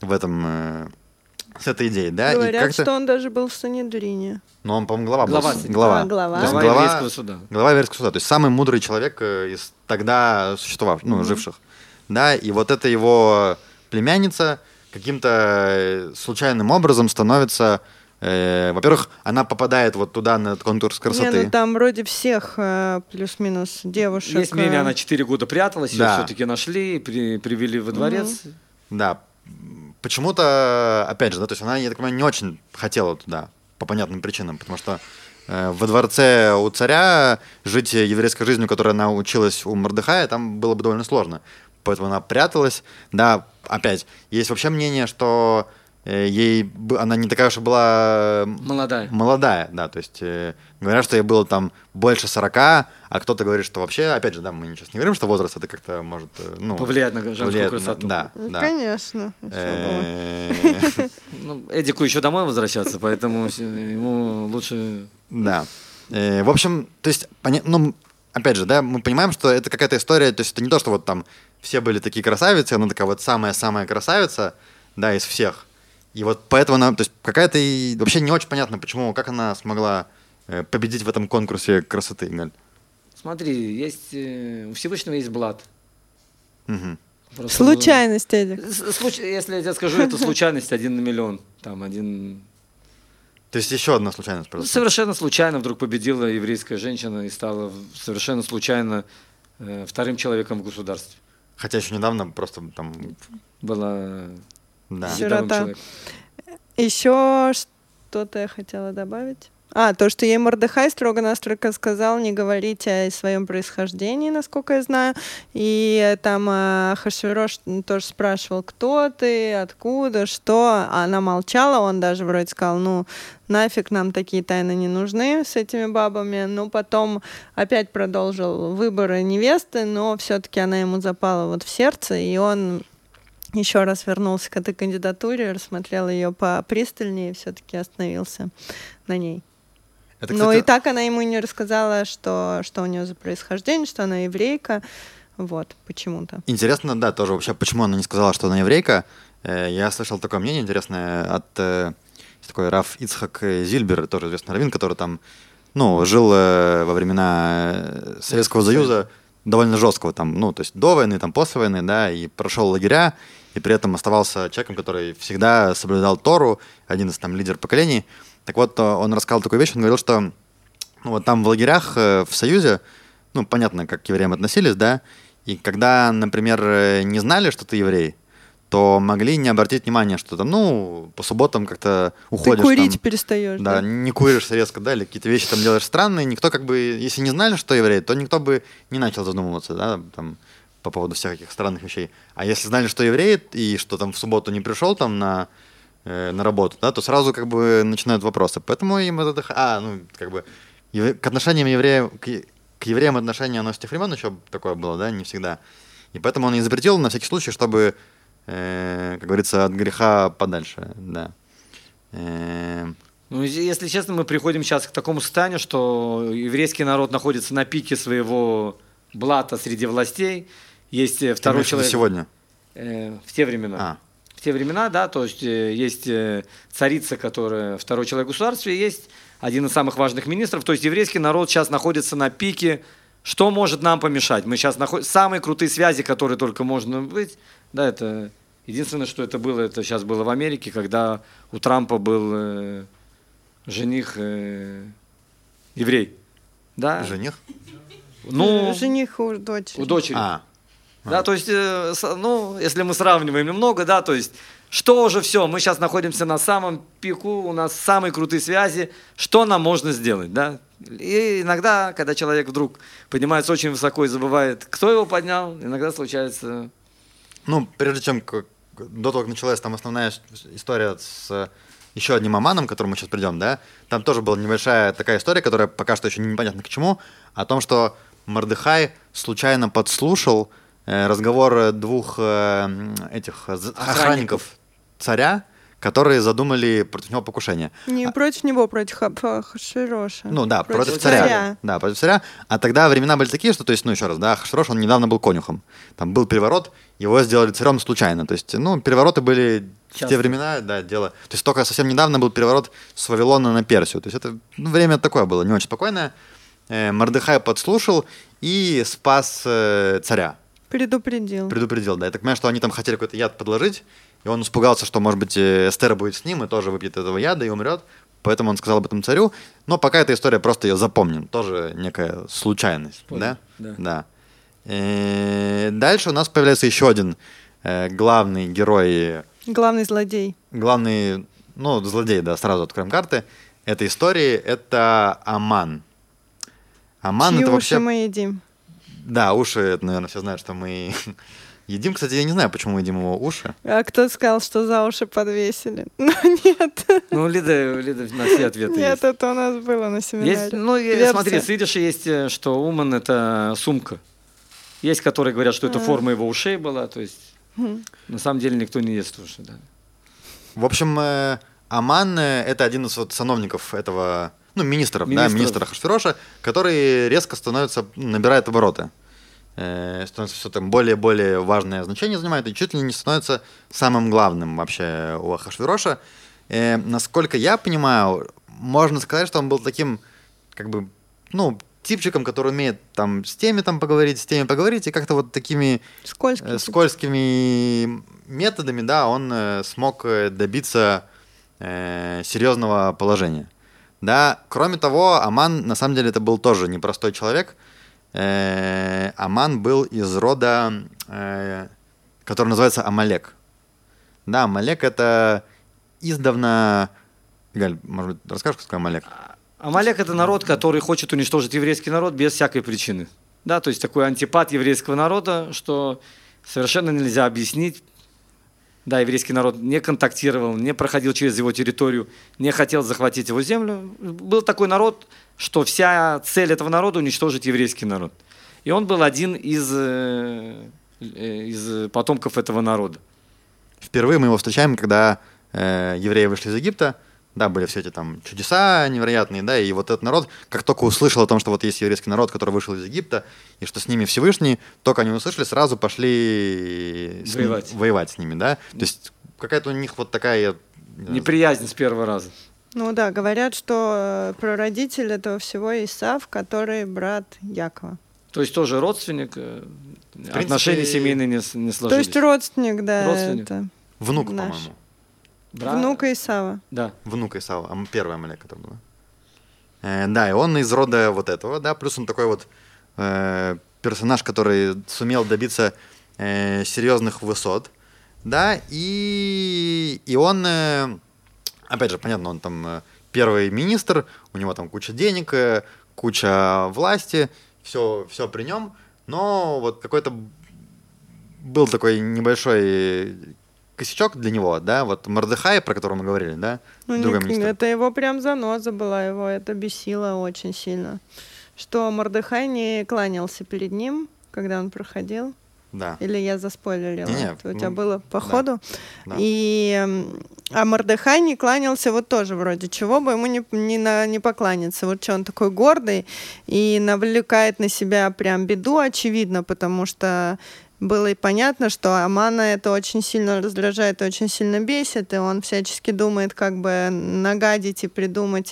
с этой идеей, да. Говорят, что он даже был в Санедрине. Ну, он, по-моему, глава. Глава еврейского суда. Глава еврейского суда, то есть самый мудрый человек из тогда существовавших, ну, живших, да, и вот это его племянница каким-то случайным образом становится, во-первых, она попадает вот туда на конкурс красоты. Не, ну там вроде всех плюс-минус девушек. Есть мнение, она 4 года пряталась, ее все-таки нашли, привели во дворец. Да, почему-то, опять же, да, то есть она, я так понимаю, не очень хотела туда, по понятным причинам, потому что во дворце у царя жить еврейской жизнью, которой она училась у Мордехая, там было бы довольно сложно. Поэтому она пряталась. Да, опять, есть вообще мнение, что она не такая уж и была молодая, да, то есть говорят, что ей было там больше 40, а кто-то говорит, что вообще, опять же, да, мы сейчас не говорим, что возраст это как-то может, ну, повлиять на женскую красоту. Да. Конечно. Эдику еще домой возвращаться, поэтому ему лучше... Да. В общем, то есть, ну, опять же, да, мы понимаем, что это какая-то история, то есть это не то, что вот там все были такие красавицы, она такая вот самая-самая красавица, да, из всех. И вот поэтому она, то есть какая-то и вообще не очень понятно, почему, как она смогла победить в этом конкурсе красоты, Галь. Смотри, есть у Всевышнего есть блат. Просто, Случайность, Эдик. Если я тебе скажу, это случайность 1 на миллион. Там один... То есть еще одна случайность просто. Совершенно случайно вдруг победила еврейская женщина и стала совершенно случайно вторым человеком в государстве. Хотя еще недавно просто там... Была Да. рядовым человеком. Еще что-то я хотела добавить. То, что ей Мордехай строго-настрого сказал не говорить о своем происхождении, насколько я знаю. И там Ахашвирош тоже спрашивал, кто ты, откуда, что. А она молчала, он даже вроде сказал, нафиг нам такие тайны не нужны с этими бабами. Но потом опять продолжил выборы невесты, но все-таки она ему запала вот в сердце, и он еще раз вернулся к этой кандидатуре, рассмотрел ее попристальнее и все-таки остановился на ней. Это, Но кстати, и так она ему не рассказала, что у нее за происхождение, что она еврейка. Вот, почему-то. интересно, да, тоже вообще, почему она не сказала, что она еврейка. Я слышал такое мнение интересное от такой Рав Ицхак Зильбер, тоже известный раввин, который там, жил во времена Советского Союза довольно жесткого, там, то есть до войны, там, после войны, да, и прошел лагеря, и при этом оставался человеком, который всегда соблюдал Тору, один из там лидеров поколений. Так вот, он рассказал такую вещь, он говорил, что вот там в лагерях в Союзе, понятно, как к евреям относились, да, и когда, например, не знали, что ты еврей, то могли не обратить внимания, что там, по субботам как-то уходишь. Ты курить там, перестаешь, да? Не куришь резко, да, или какие-то вещи там делаешь странные, никто если не знали, что еврей, то никто бы не начал задумываться, да, там, по поводу всяких странных вещей. А если знали, что еврей, и что там в субботу не пришел там на работу, да, то сразу как бы начинают вопросы. Поэтому им это... к отношениям евреев, к евреям отношение оно с тех времен еще такое было, да, не всегда. И поэтому он и запретил на всякий случай, чтобы, как говорится, от греха подальше, да. Если честно, мы приходим сейчас к такому состоянию, что еврейский народ находится на пике своего блата среди властей. Есть второй человек... Сегодня? В те времена. В те времена, да, то есть есть царица, которая второй человек в государстве, есть один из самых важных министров, то есть еврейский народ сейчас находится на пике. Что может нам помешать? Мы сейчас находим самые крутые связи, которые только можно быть, да, это единственное, что это сейчас было в Америке, когда у Трампа был жених еврей, да? Жених? Жених у дочери. У дочери. Да, то есть, если мы сравниваем немного, да, то есть, что уже все, мы сейчас находимся на самом пику, у нас самые крутые связи, что нам можно сделать, да? И иногда, когда человек вдруг поднимается очень высоко и забывает, кто его поднял, иногда случается... Прежде чем, до того, как началась там основная история с еще одним Аманом, к которому мы сейчас придем, да, там тоже была небольшая такая история, которая пока что еще непонятно к чему, о том, что Мордехай случайно подслушал разговор двух этих охранников царя, которые задумали против него покушение. Не против него, против Ахашвироша. Против царя. Да, против царя. А тогда времена были такие, что, то есть, еще раз, да, Ахашвирош, он недавно был конюхом. Там был переворот, его сделали царем случайно. То есть, перевороты были в те времена, да, дело. То есть, только совсем недавно был переворот с Вавилона на Персию. То есть, это время такое было, не очень спокойное. Мордехай подслушал и спас царя. Предупредил, да. Я так понимаю, что они там хотели какой-то яд подложить, и он испугался, что, может быть, Эстер будет с ним и тоже выпьет этого яда и умрет. Поэтому он сказал об этом царю. Но пока эта история, просто ее запомним. Тоже некая случайность. Понял. Да. Дальше у нас появляется еще один главный герой. Главный злодей. Злодей, да, сразу откроем карты. Этой истории это Аман. Чьи это вообще... уши мы едим? Да, уши, это, наверное, все знают, что мы едим. Кстати, я не знаю, почему мы едим его уши. А кто сказал, что за уши подвесили? Нет. Лида на все ответы есть. Нет, это у нас было на семинаре. Смотри, с идиша есть, что Уман – это сумка. Есть, которые говорят, что это форма его ушей была. То есть, на самом деле, никто не ест уши. Да. В общем, Аман – это один из сановников этого... министров. Министра Ахашвироша, который резко набирает обороты. Становится все там более важное значение занимает, и чуть ли не становится самым главным вообще у Ахашвироша. Насколько я понимаю, можно сказать, что он был таким, типчиком, который умеет там с теми там поговорить, с теми поговорить, и как-то вот такими скользкими методами, да, он смог добиться серьезного положения. Да, кроме того, Аман, на самом деле, это был тоже непростой человек. Аман был из рода, который называется Амалек. Да, Амалек — это издавна... Галь, может быть, расскажешь, что такое Амалек? Амалек — это народ, который хочет уничтожить еврейский народ без всякой причины. Да, то есть такой антипат еврейского народа, что совершенно нельзя объяснить. Да, еврейский народ не контактировал, не проходил через его территорию, не хотел захватить его землю. Был такой народ, что вся цель этого народа — уничтожить еврейский народ. И он был один из потомков этого народа. Впервые мы его встречаем, когда евреи вышли из Египта. Да, были все эти там чудеса невероятные, да, и вот этот народ, как только услышал о том, что вот есть еврейский народ, который вышел из Египта, и что с ними Всевышний, только они услышали, сразу пошли воевать с ними, да. То есть какая-то у них вот такая... Неприязнь с первого раза. Ну да, говорят, что прародитель этого всего Исав, который брат Якова. То есть тоже родственник, принципе, отношения семейные не сложились. То есть родственник, да. Родственник. Это внук, наш. по-моему. Внука Исава. Да. Внук Исава, первый Амалек, который был. Да, и он из рода вот этого, да, плюс он такой вот персонаж, который сумел добиться серьезных высот, да, и он, опять же, понятно, он там первый министр, у него там куча денег, куча власти, все при нем, но вот какой-то был такой небольшой косячок для него, да, вот Мордехай, про которого мы говорили, да, другой министр. Это его прям заноза была, его это бесило очень сильно, что Мордехай не кланялся перед ним, когда он проходил. Да. Или я заспойлерила? Нет, у тебя было по ходу? Да. А Мордехай не кланялся вот тоже вроде. Чего бы ему не покланяться? Вот что он такой гордый и навлекает на себя прям беду, очевидно, потому что было и понятно, что Амана это очень сильно раздражает, очень сильно бесит, и он всячески думает, как бы нагадить и придумать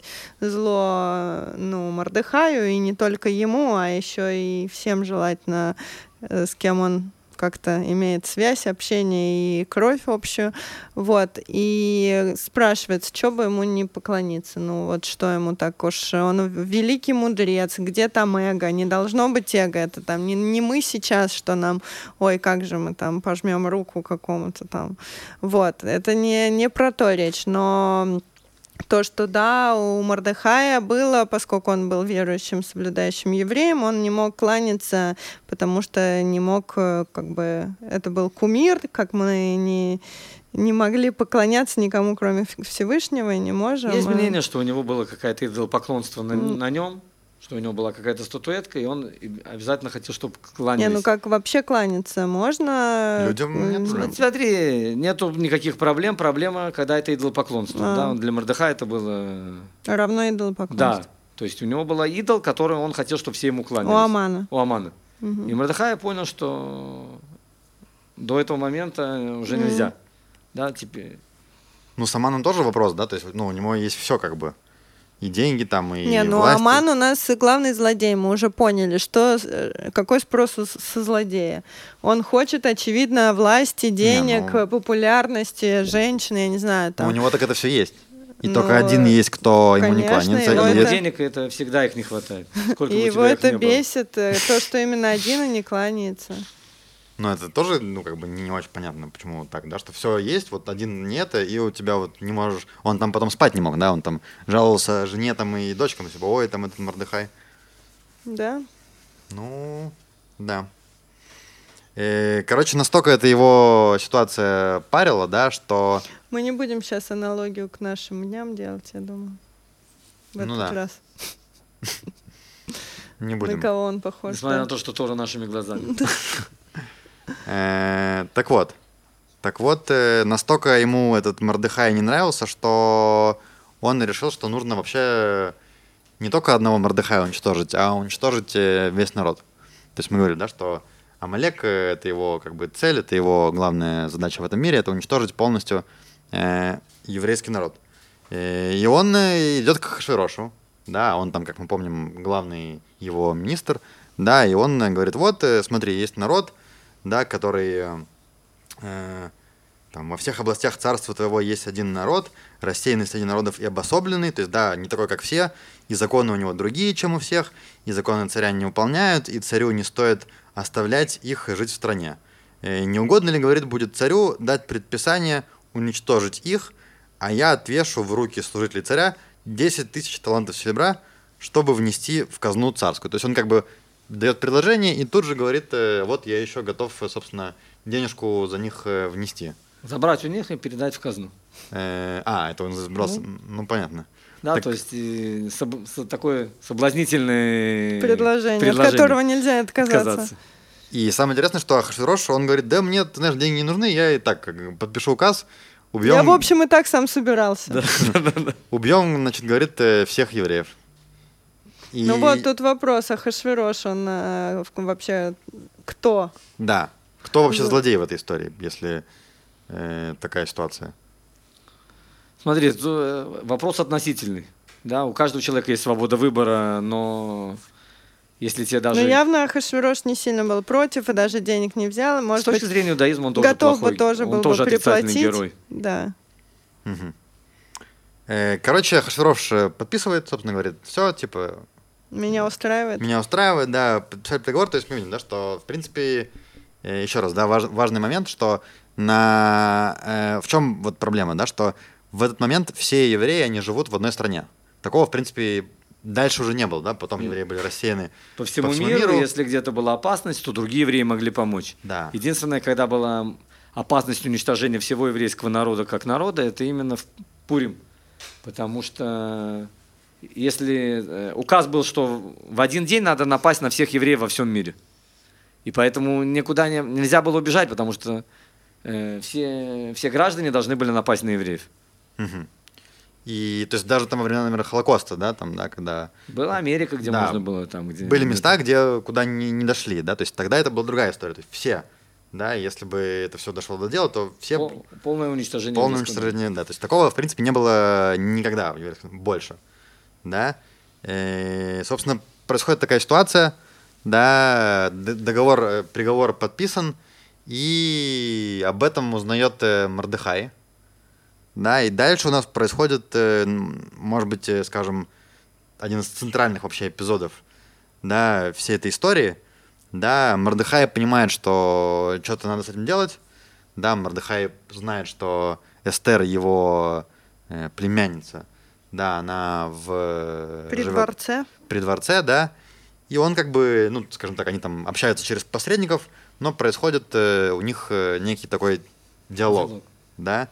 зло, Мордехаю, и не только ему, а еще и всем желательно, с кем он как-то имеет связь, общение и кровь общую. Вот. И спрашивается, что бы ему не поклониться. Ну вот что ему так уж... Он великий мудрец, где там эго? Не должно быть эго. Это там не мы сейчас, что нам... Ой, как же мы там пожмем руку какому-то там. Вот. Это не про то речь, но... То, что да, у Мордехая было, поскольку он был верующим, соблюдающим евреем, он не мог кланяться, потому что не мог, как бы, это был кумир, как мы не могли поклоняться никому, кроме Всевышнего, и не можем. Есть мнение, что у него было какое-то идолопоклонство на нем, что у него была какая-то статуэтка, и он обязательно хотел, чтобы кланялись. Как вообще кланяться? Можно? Людям нет проблем. Смотри, нету никаких проблем. Проблема, когда это идолопоклонство. Да, для Мордехая это было... Равно идолопоклонство. Да, то есть у него был идол, который он хотел, чтобы все ему кланялись. У Амана. И Мордехай понял, что до этого момента уже нельзя. Да, теперь... с Аманом тоже вопрос, да, то есть, у него есть все как бы. И деньги там, и власть. Аман у нас главный злодей. Мы уже поняли, какой спрос со злодея. Он хочет, очевидно, власти, денег, популярности, женщин, я не знаю. Там. У него так это все есть. И только один есть, кто ему не кланяется. Денег это всегда их не хватает. И его это бесит, то, что именно один и не кланяется. Но это тоже, не очень понятно, почему так, да, что все есть, вот один нет, и у тебя вот не можешь... Он там потом спать не мог, да, он там жаловался жене там и дочкам, типа, ой, там этот Мордехай. Да. Да. Короче, настолько эта его ситуация парила, да, что... Мы не будем сейчас аналогию к нашим дням делать, я думаю. В этот раз. Не будем. На кого он похож. Несмотря на то, что тоже нашими глазами. Так вот, настолько ему этот Мордехай не нравился, что он решил, что нужно вообще не только одного Мордехая уничтожить, а уничтожить весь народ. То есть мы говорили, да, что Амалек — это его как бы цель, это его главная задача в этом мире, это уничтожить полностью еврейский народ. И он идет к Ахашвирошу, да, он там, как мы помним, главный его министр, да, и он говорит, вот, смотри, есть народ, да, который там во всех областях царства твоего есть один народ, рассеянный среди народов и обособленный, то есть, да, не такой, как все, и законы у него другие, чем у всех, и законы царя не выполняют, и царю не стоит оставлять их жить в стране. Не угодно ли, говорит, будет царю дать предписание уничтожить их, а я отвешу в руки служителей царя 10 тысяч талантов серебра, чтобы внести в казну царскую. То есть он как бы дает предложение и тут же говорит, вот я еще готов, собственно, денежку за них внести. Забрать у них и передать в казну. Это он сброс, ну понятно. Да, так... то есть такое соблазнительное предложение, от которого нельзя отказаться. И самое интересное, что Ахашвирош, он говорит, да мне, ты знаешь, деньги не нужны, я и так как, подпишу указ, убьем... Я, в общем, и так сам собирался. Убьем, значит, говорит, всех евреев. Ну вот тут вопрос, Ахашвирош, он вообще кто? Да, кто вообще злодей в этой истории, если такая ситуация? Смотри, вопрос относительный. Да, у каждого человека есть свобода выбора, но... Если тебе даже... Но явно Ахашвирош не сильно был против и даже денег не взял. Может с точки быть, зрения иудаизма он тоже готов плохой. Бы тоже он был тоже бы отрицательный приплатить. герой. Да. Угу. Короче, Ахашвирош подписывает, собственно, говорит, все, типа... Меня устраивает. Меня устраивает, да, подписать приговор. То есть мы видим, да, что, в принципе, еще раз, да, важный момент, что в чем вот проблема, да, что в этот момент все евреи, они живут в одной стране. Такого, в принципе, дальше уже не было, да, потом евреи были рассеяны по всему миру. Если где-то была опасность, то другие евреи могли помочь. Да. Единственное, когда была опасность уничтожения всего еврейского народа как народа, это именно в Пурим. Потому что если указ был, что в один день надо напасть на всех евреев во всем мире. И поэтому никуда нельзя было убежать, потому что все граждане должны были напасть на евреев. Угу. И то есть даже там во времена, наверное, Холокоста, да, там, да, когда... Была Америка, где можно было там, где... Были места, куда не дошли, да, то есть тогда это была другая история, то есть все, да, если бы это все дошло до дела, то все... Полное уничтожение. Полное уничтожение, да, то есть такого, в принципе, не было никогда, больше, да. Собственно, происходит такая ситуация, да, приговор подписан, и об этом узнает Мордехай. Да, и дальше у нас происходит, может быть, скажем, один из центральных вообще эпизодов, да, всей этой истории. Да, Мордехай понимает, что что-то надо с этим делать. Да, Мордехай знает, что Эстер, его племянница, да, она при дворце. При дворце, да. И он как бы, ну, скажем так, они там общаются через посредников, но происходит у них некий такой диалог, да.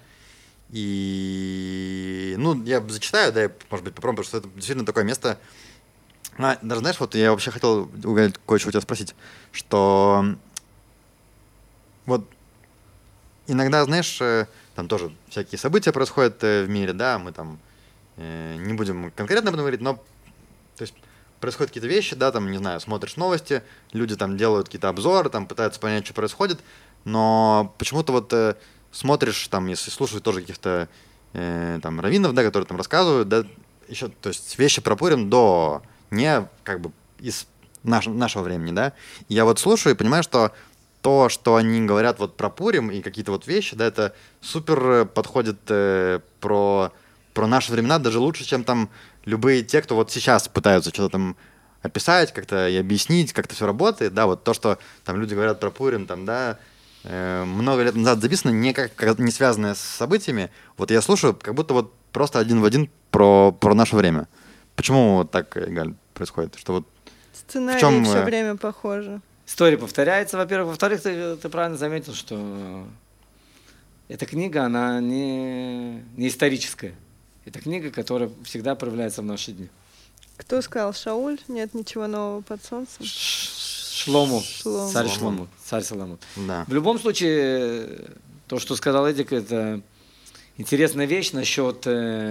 И, ну, я зачитаю, да, я, может быть, попробую, потому что это действительно такое место. Даже, знаешь, вот я вообще хотел кое-что у тебя спросить, что вот иногда, знаешь, там тоже всякие события происходят в мире, да, мы там не будем конкретно об этом говорить, но, то есть, происходят какие-то вещи, да, там, не знаю, смотришь новости, люди там делают какие-то обзоры, там, пытаются понять, что происходит, но почему-то вот... смотришь, там, если слушаешь тоже каких-то там раввинов, да, которые там рассказывают, да, еще, то есть вещи про Пурим до не как бы из нашего времени, да. И я вот слушаю и понимаю, что то, что они говорят вот про Пурим и какие-то вот вещи, да, это супер подходит про наши времена даже лучше, чем там любые те, кто вот сейчас пытаются что-то там описать, как-то и объяснить, как это все работает, да, вот то, что там люди говорят про Пурим, там, да, много лет назад записано, не связанное с событиями. Вот я слушаю, как будто вот просто один в один про наше время. Почему так, Галь, происходит? Что вот сценарий все время похожи. История повторяется, во-первых. Во-вторых, ты правильно заметил, что эта книга, она не историческая. Это книга, которая всегда проявляется в наши дни. Кто сказал? Шауль? Нет ничего нового под солнцем? Шлому. Царь Шлому. Царь Соломон. Да. В любом случае, то, что сказал Эдик, это интересная вещь насчет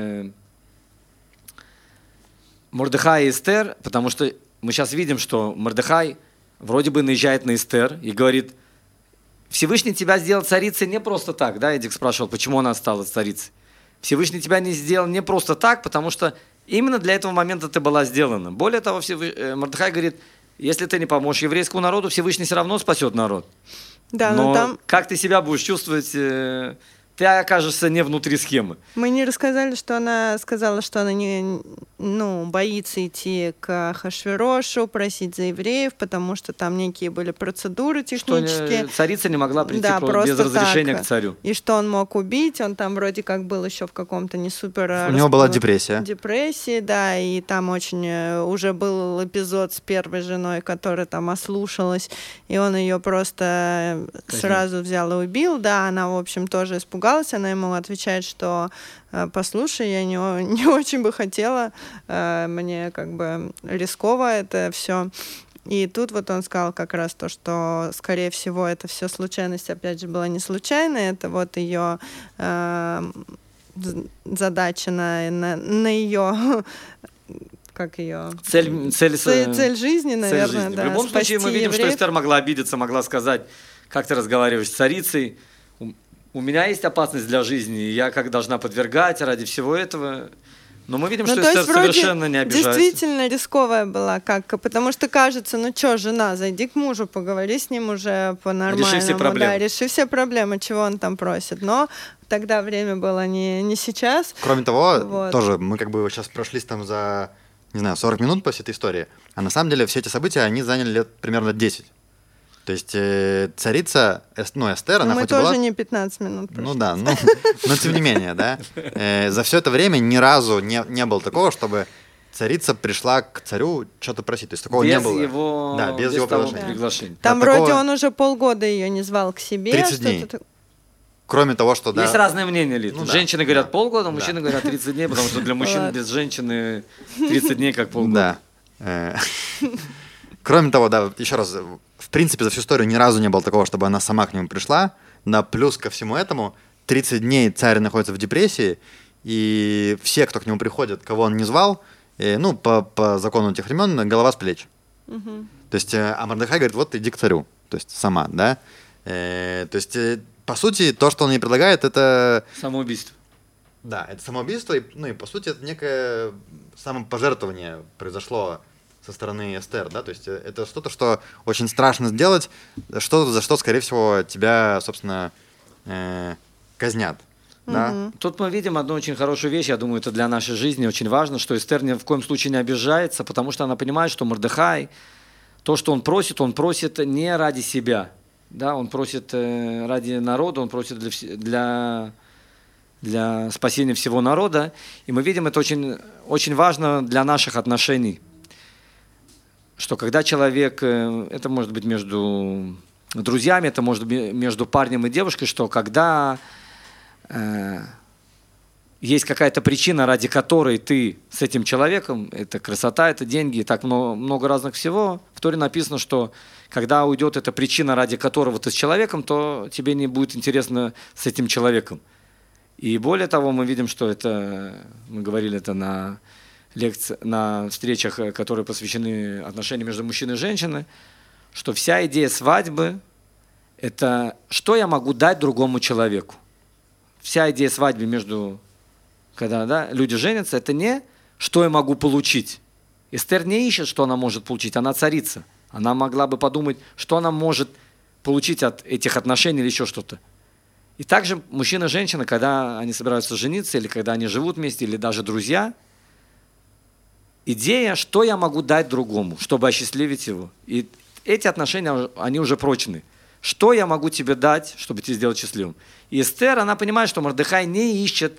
Мордехая и Эстер, потому что мы сейчас видим, что Мордехай вроде бы наезжает на Эстер и говорит, Всевышний тебя сделал царицей не просто так, да, Эдик спрашивал, почему она стала царицей. Всевышний тебя не сделал не просто так, потому что Именно для этого момента ты была сделана. Более того, Мордехай говорит, если ты не поможешь еврейскому народу, Всевышний все равно спасет народ. Да, но там... как ты себя будешь чувствовать, ты окажешься не внутри схемы. Мы не рассказали, что она сказала, что она не, боится идти к Ахашверошу, просить за евреев, потому что там некие были процедуры технические. Что царица не могла прийти без разрешения к царю. И что он мог убить, он там вроде как был еще в каком-то не супер... У него была депрессия. Депрессия, да, и там очень... Уже был эпизод с первой женой, которая там ослушалась, и он ее просто сразу взял и убил, да, она, в общем, тоже испугалась. Она ему отвечает, что послушай, я не очень бы хотела, мне как бы рисково это все. И тут вот он сказал как раз то, что, скорее всего, это все случайность, опять же, была не случайная, это вот ее задача на ее... Как ее... Цель жизни, наверное, цель жизни. Да. В любом случае мы видим, что Эстер могла обидеться, могла сказать, как ты разговариваешь с царицей, у меня есть опасность для жизни, я как должна подвергать ради всего этого. Но мы видим, что Эстер совершенно не обижается. Действительно рисковая была, потому что кажется, жена, зайди к мужу, поговори с ним уже по-нормальному. Реши все проблемы. Да, реши все проблемы, чего он там просит. Но тогда время было не сейчас. Кроме того, тоже мы как бы сейчас прошлись там за, 40 минут после этой истории, а на самом деле все эти события, они заняли лет примерно 10. То есть царица, Эстер, она мы хоть тоже была... не 15 минут прошли. Ну да, но тем не менее, да. За все это время ни разу не было такого, чтобы царица пришла к царю что-то просить. То есть такого не было. Без его приглашения. Там вроде он уже полгода ее не звал к себе. 30 дней. Кроме того, что... Есть разные мнения, Лид. Женщины говорят полгода, мужчины говорят 30 дней, потому что для мужчин без женщины 30 дней как полгода. Да. Кроме того, еще раз, в принципе, за всю историю ни разу не было такого, чтобы она сама к нему пришла. Плюс ко всему этому, 30 дней царь находится в депрессии, и все, кто к нему приходит, кого он не звал, по закону тех времен, голова с плеч. Угу. То есть, а Мордехай говорит, вот иди к царю, то есть сама, да. То есть, по сути, то, что он ей предлагает, это... Самоубийство. Да, это самоубийство, и по сути, это некое самопожертвование произошло со стороны Эстер, да, то есть это что-то, что очень страшно сделать, за что, скорее всего, тебя, собственно, казнят. Да? Тут мы видим одну очень хорошую вещь, я думаю, это для нашей жизни очень важно, что Эстер ни в коем случае не обижается, потому что она понимает, что Мордехай, то, что он просит не ради себя, да, он просит ради народа, он просит для спасения всего народа, и мы видим, это очень, очень важно для наших отношений. Что когда человек, это может быть между друзьями, это может быть между парнем и девушкой, что когда есть какая-то причина, ради которой ты с этим человеком, это красота, это деньги, и так много разных всего, в Торе написано, что когда уйдет эта причина, ради которого ты с человеком, то тебе не будет интересно с этим человеком. И более того, мы видим, что это, мы говорили это на встречах, которые посвящены отношениям между мужчиной и женщиной, что вся идея свадьбы – это что я могу дать другому человеку. Вся идея свадьбы когда люди женятся, это не что я могу получить. Эстер не ищет, что она может получить, она царица. Она могла бы подумать, что она может получить от этих отношений или еще что-то. И также мужчина и женщина, когда они собираются жениться, или когда они живут вместе, или даже друзья – идея, что я могу дать другому, чтобы осчастливить его. И эти отношения, они уже прочны. Что я могу тебе дать, чтобы тебя сделать счастливым? И Эстер, она понимает, что Мордехай не ищет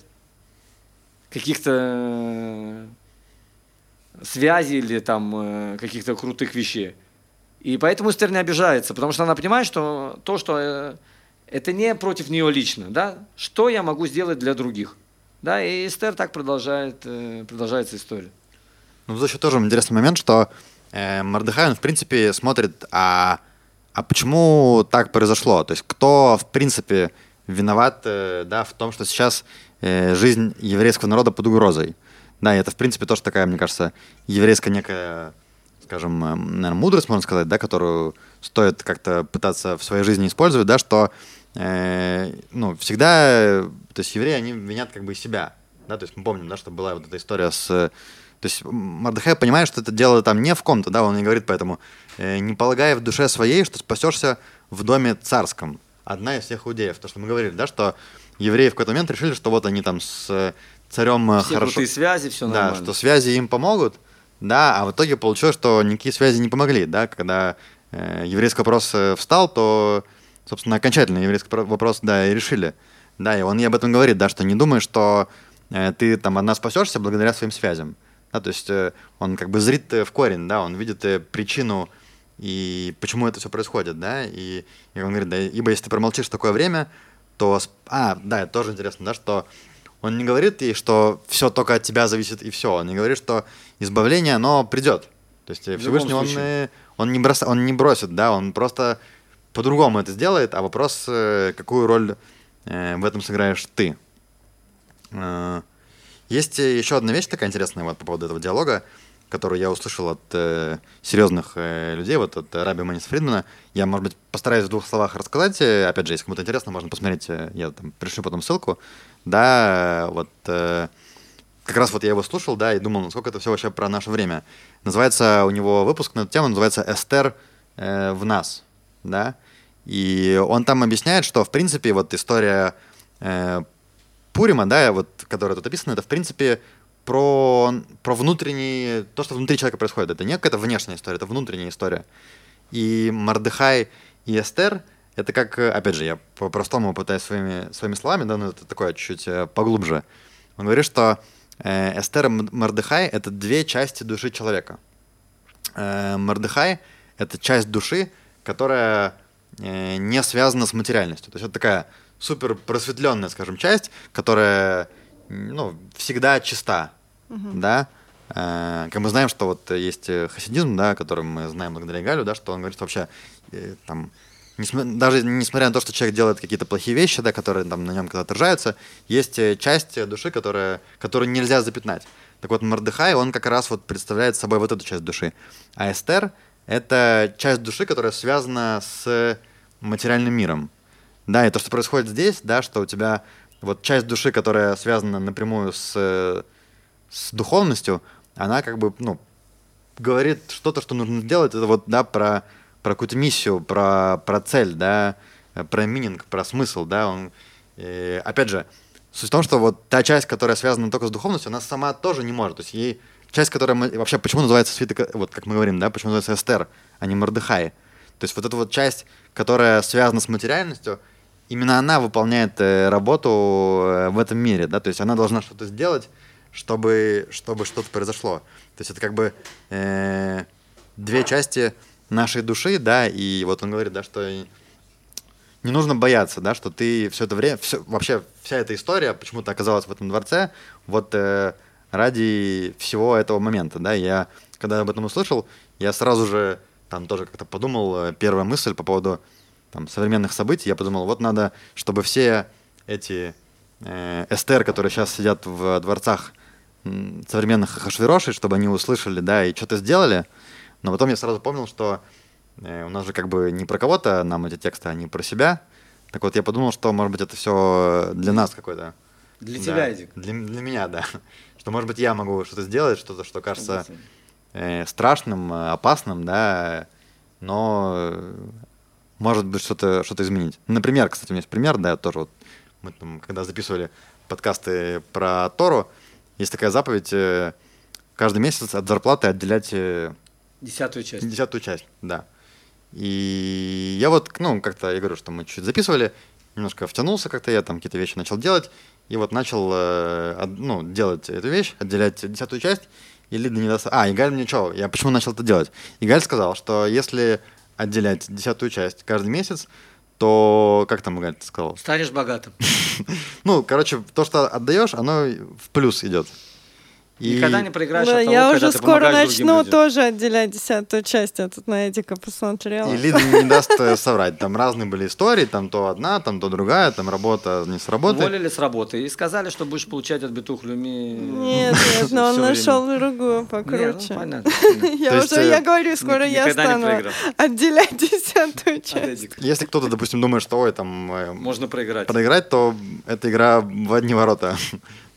каких-то связей или там каких-то крутых вещей. И поэтому Эстер не обижается, потому что она понимает, что то, что это не против нее лично, да? Что я могу сделать для других. Да? И Эстер так продолжается история. Ну, тут еще тоже интересный момент, что Мордехай, он, в принципе, смотрит, а почему так произошло? То есть кто, в принципе, виноват в том, что сейчас жизнь еврейского народа под угрозой? Да, и это, в принципе, тоже такая, мне кажется, еврейская некая, скажем, наверное, мудрость, можно сказать, да, которую стоит как-то пытаться в своей жизни использовать, да, что всегда, то есть евреи, они винят как бы себя. Да, то есть мы помним, да, что была вот эта история с... То есть Мордехай понимает, что это дело там не в ком-то, да, он и говорит поэтому, не полагая в душе своей, что спасешься в доме царском. Одна из всех иудеев. То, что мы говорили, да, что евреи в какой-то момент решили, что вот они там с царем все хорошо... крутые связи, все да, нормально. что связи им помогут, да, а в итоге получилось, что никакие связи не помогли, да, когда еврейский вопрос встал, то, собственно, окончательно еврейский вопрос, да, и решили. Да, и он и об этом говорит, да, что не думай, что ты там одна спасешься благодаря своим связям. Да, то есть он как бы зрит в корень, да, он видит причину и почему это все происходит, да, и он говорит, да, ибо если ты промолчишь такое время, то... да, это тоже интересно, да, что он не говорит ей, что все только от тебя зависит и все, он не говорит, что избавление, оно придет. То есть Всевышний он не бросит, да, он просто по-другому это сделает, а вопрос, какую роль в этом сыграешь ты. Есть еще одна вещь такая интересная вот по поводу этого диалога, которую я услышал от серьезных людей, вот от Раби Маниса Фридмана. Я, может быть, постараюсь в 2 словах рассказать. Опять же, если кому-то интересно, можно посмотреть, я там пришлю потом ссылку. Да, вот как раз вот я его слушал, да, и думал, насколько это все вообще про наше время. Называется у него выпуск на эту тему, называется «Эстер в нас», да. И он там объясняет, что, в принципе, вот история Пурима, да, вот, которая тут описана, это, в принципе, про внутренний, то, что внутри человека происходит. Это не какая-то внешняя история, это внутренняя история. И Мордехай и Эстер, это как, опять же, я по-простому пытаюсь своими словами, да, но это такое чуть-чуть поглубже. Он говорит, что Эстер и Мордехай — это 2 части души человека. Мордехай — это часть души, которая не связана с материальностью. То есть это такая супер просветленная, скажем, часть, которая, ну, всегда чиста, да. Как мы знаем, что вот есть хасидизм, да, который мы знаем благодаря Галю, да, что он говорит, что вообще там, даже несмотря на то, что человек делает какие-то плохие вещи, да, которые там на нем когда-то отражаются, есть часть души, которую нельзя запятнать. Так вот, Мордехай, он как раз вот представляет собой вот эту часть души. А Эстер — это часть души, которая связана с материальным миром. Да, и то, что происходит здесь, да, что у тебя вот часть души, которая связана напрямую с духовностью, она как бы, ну, говорит что-то, что нужно сделать, это вот, да, про какую-то миссию, про цель, да, про мининг, про смысл, да, опять же, суть в том, что вот та часть, которая связана только с духовностью, она сама тоже не может, то есть ей часть, которая, вообще, почему называется свиток, вот как мы говорим, да, почему называется Эстер, а не Мордехай, то есть вот эта вот часть, которая связана с материальностью, именно она выполняет работу в этом мире, да, то есть она должна что-то сделать, чтобы что-то произошло. То есть это как бы 2 части нашей души, да, и вот он говорит, да, что не нужно бояться, да, что ты все это время, вообще вся эта история почему-то оказалась в этом дворце вот ради всего этого момента, да, я, когда об этом услышал, я сразу же там тоже как-то подумал, первая мысль по поводу там современных событий, я подумал, вот надо, чтобы все эти Эстер, которые сейчас сидят в дворцах современных Ахашверошей, чтобы они услышали, да, и что-то сделали. Но потом я сразу помнил, что у нас же как бы не про кого-то нам эти тексты, а не про себя. Так вот, я подумал, что, может быть, это все для нас какой-то. Для да, тебя, Эдик. Для меня, да. Что, может быть, я могу что-то сделать, что-то, что кажется страшным, опасным, да, но может быть что-то изменить. Например, кстати, у меня есть пример, да, тоже вот мы там, когда записывали подкасты про Тору, есть такая заповедь каждый месяц от зарплаты отделять 10-ю часть. 10-ю часть, да. И я вот, ну, как-то, я говорю, что мы чуть записывали, немножко втянулся как-то, я там какие-то вещи начал делать, и вот начал, делать эту вещь, отделять 10-ю часть, и Лида не даст... и Галь мне что, я почему начал это делать? И Галь сказал, что если отделять 10-ю часть каждый месяц, то, как там Галь сказал? Станешь богатым. Ну, короче, то, что отдаешь, оно в плюс идет. Никогда не проиграешь от того, я когда уже ты скоро помогаешь другим начну людям. тоже отделять 10-ю часть, я тут на Эдика посмотрела. И Лида не даст соврать. Там разные были истории, там то одна, там то другая, там работа не с работы. Уволили с работы и сказали, что будешь получать от Битух Люми. Нет, но он нашел другую покруче. Понятно. Я говорю, скоро я стану отделять 10-ю часть. Если кто-то, допустим, думает, что там можно проиграть, то эта игра в одни ворота.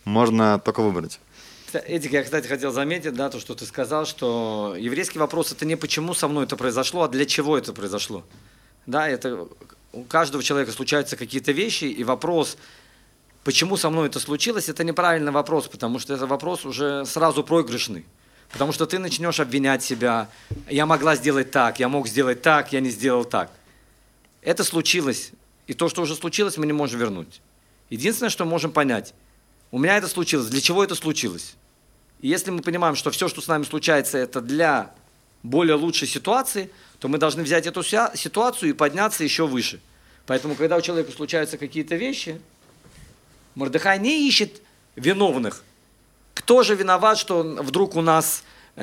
можно только выбрать. Эдик, я, кстати, хотел заметить, да, то, что ты сказал, что еврейский вопрос – это не почему со мной это произошло, а для чего это произошло. Да, это у каждого человека случаются какие-то вещи, и вопрос, почему со мной это случилось, это неправильный вопрос, потому что это вопрос уже сразу проигрышный. Потому что ты начнешь обвинять себя, я могла сделать так, я мог сделать так, я не сделал так. Это случилось, и то, что уже случилось, мы не можем вернуть. Единственное, что мы можем понять, у меня это случилось, для чего это случилось? И если мы понимаем, что все, что с нами случается, это для более лучшей ситуации, то мы должны взять эту ситуацию и подняться еще выше. Поэтому, когда у человека случаются какие-то вещи, Мордехай не ищет виновных. Кто же виноват, что вдруг у нас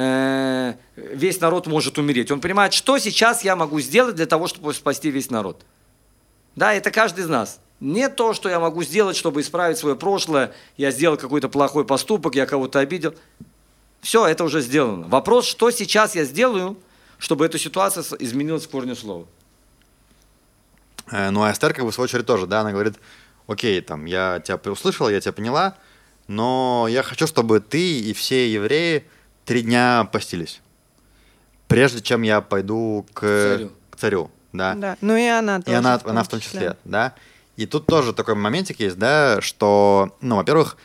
весь народ может умереть? Он понимает, что сейчас я могу сделать для того, чтобы спасти весь народ. Да, это каждый из нас. Не то, что я могу сделать, чтобы исправить свое прошлое, я сделал какой-то плохой поступок, я кого-то обидел. Все, это уже сделано. Вопрос, что сейчас я сделаю, чтобы эта ситуация изменилась в корне слова. Ну, а Эстер, как бы, в свою очередь, тоже, да, она говорит, окей, там, я тебя услышала, я тебя поняла, но я хочу, чтобы ты и все евреи 3 дня постились, прежде чем я пойду к царю, да. Да. Ну и она тоже. И она в том числе, да. И тут тоже такой моментик есть, да, что, ну, во-первых,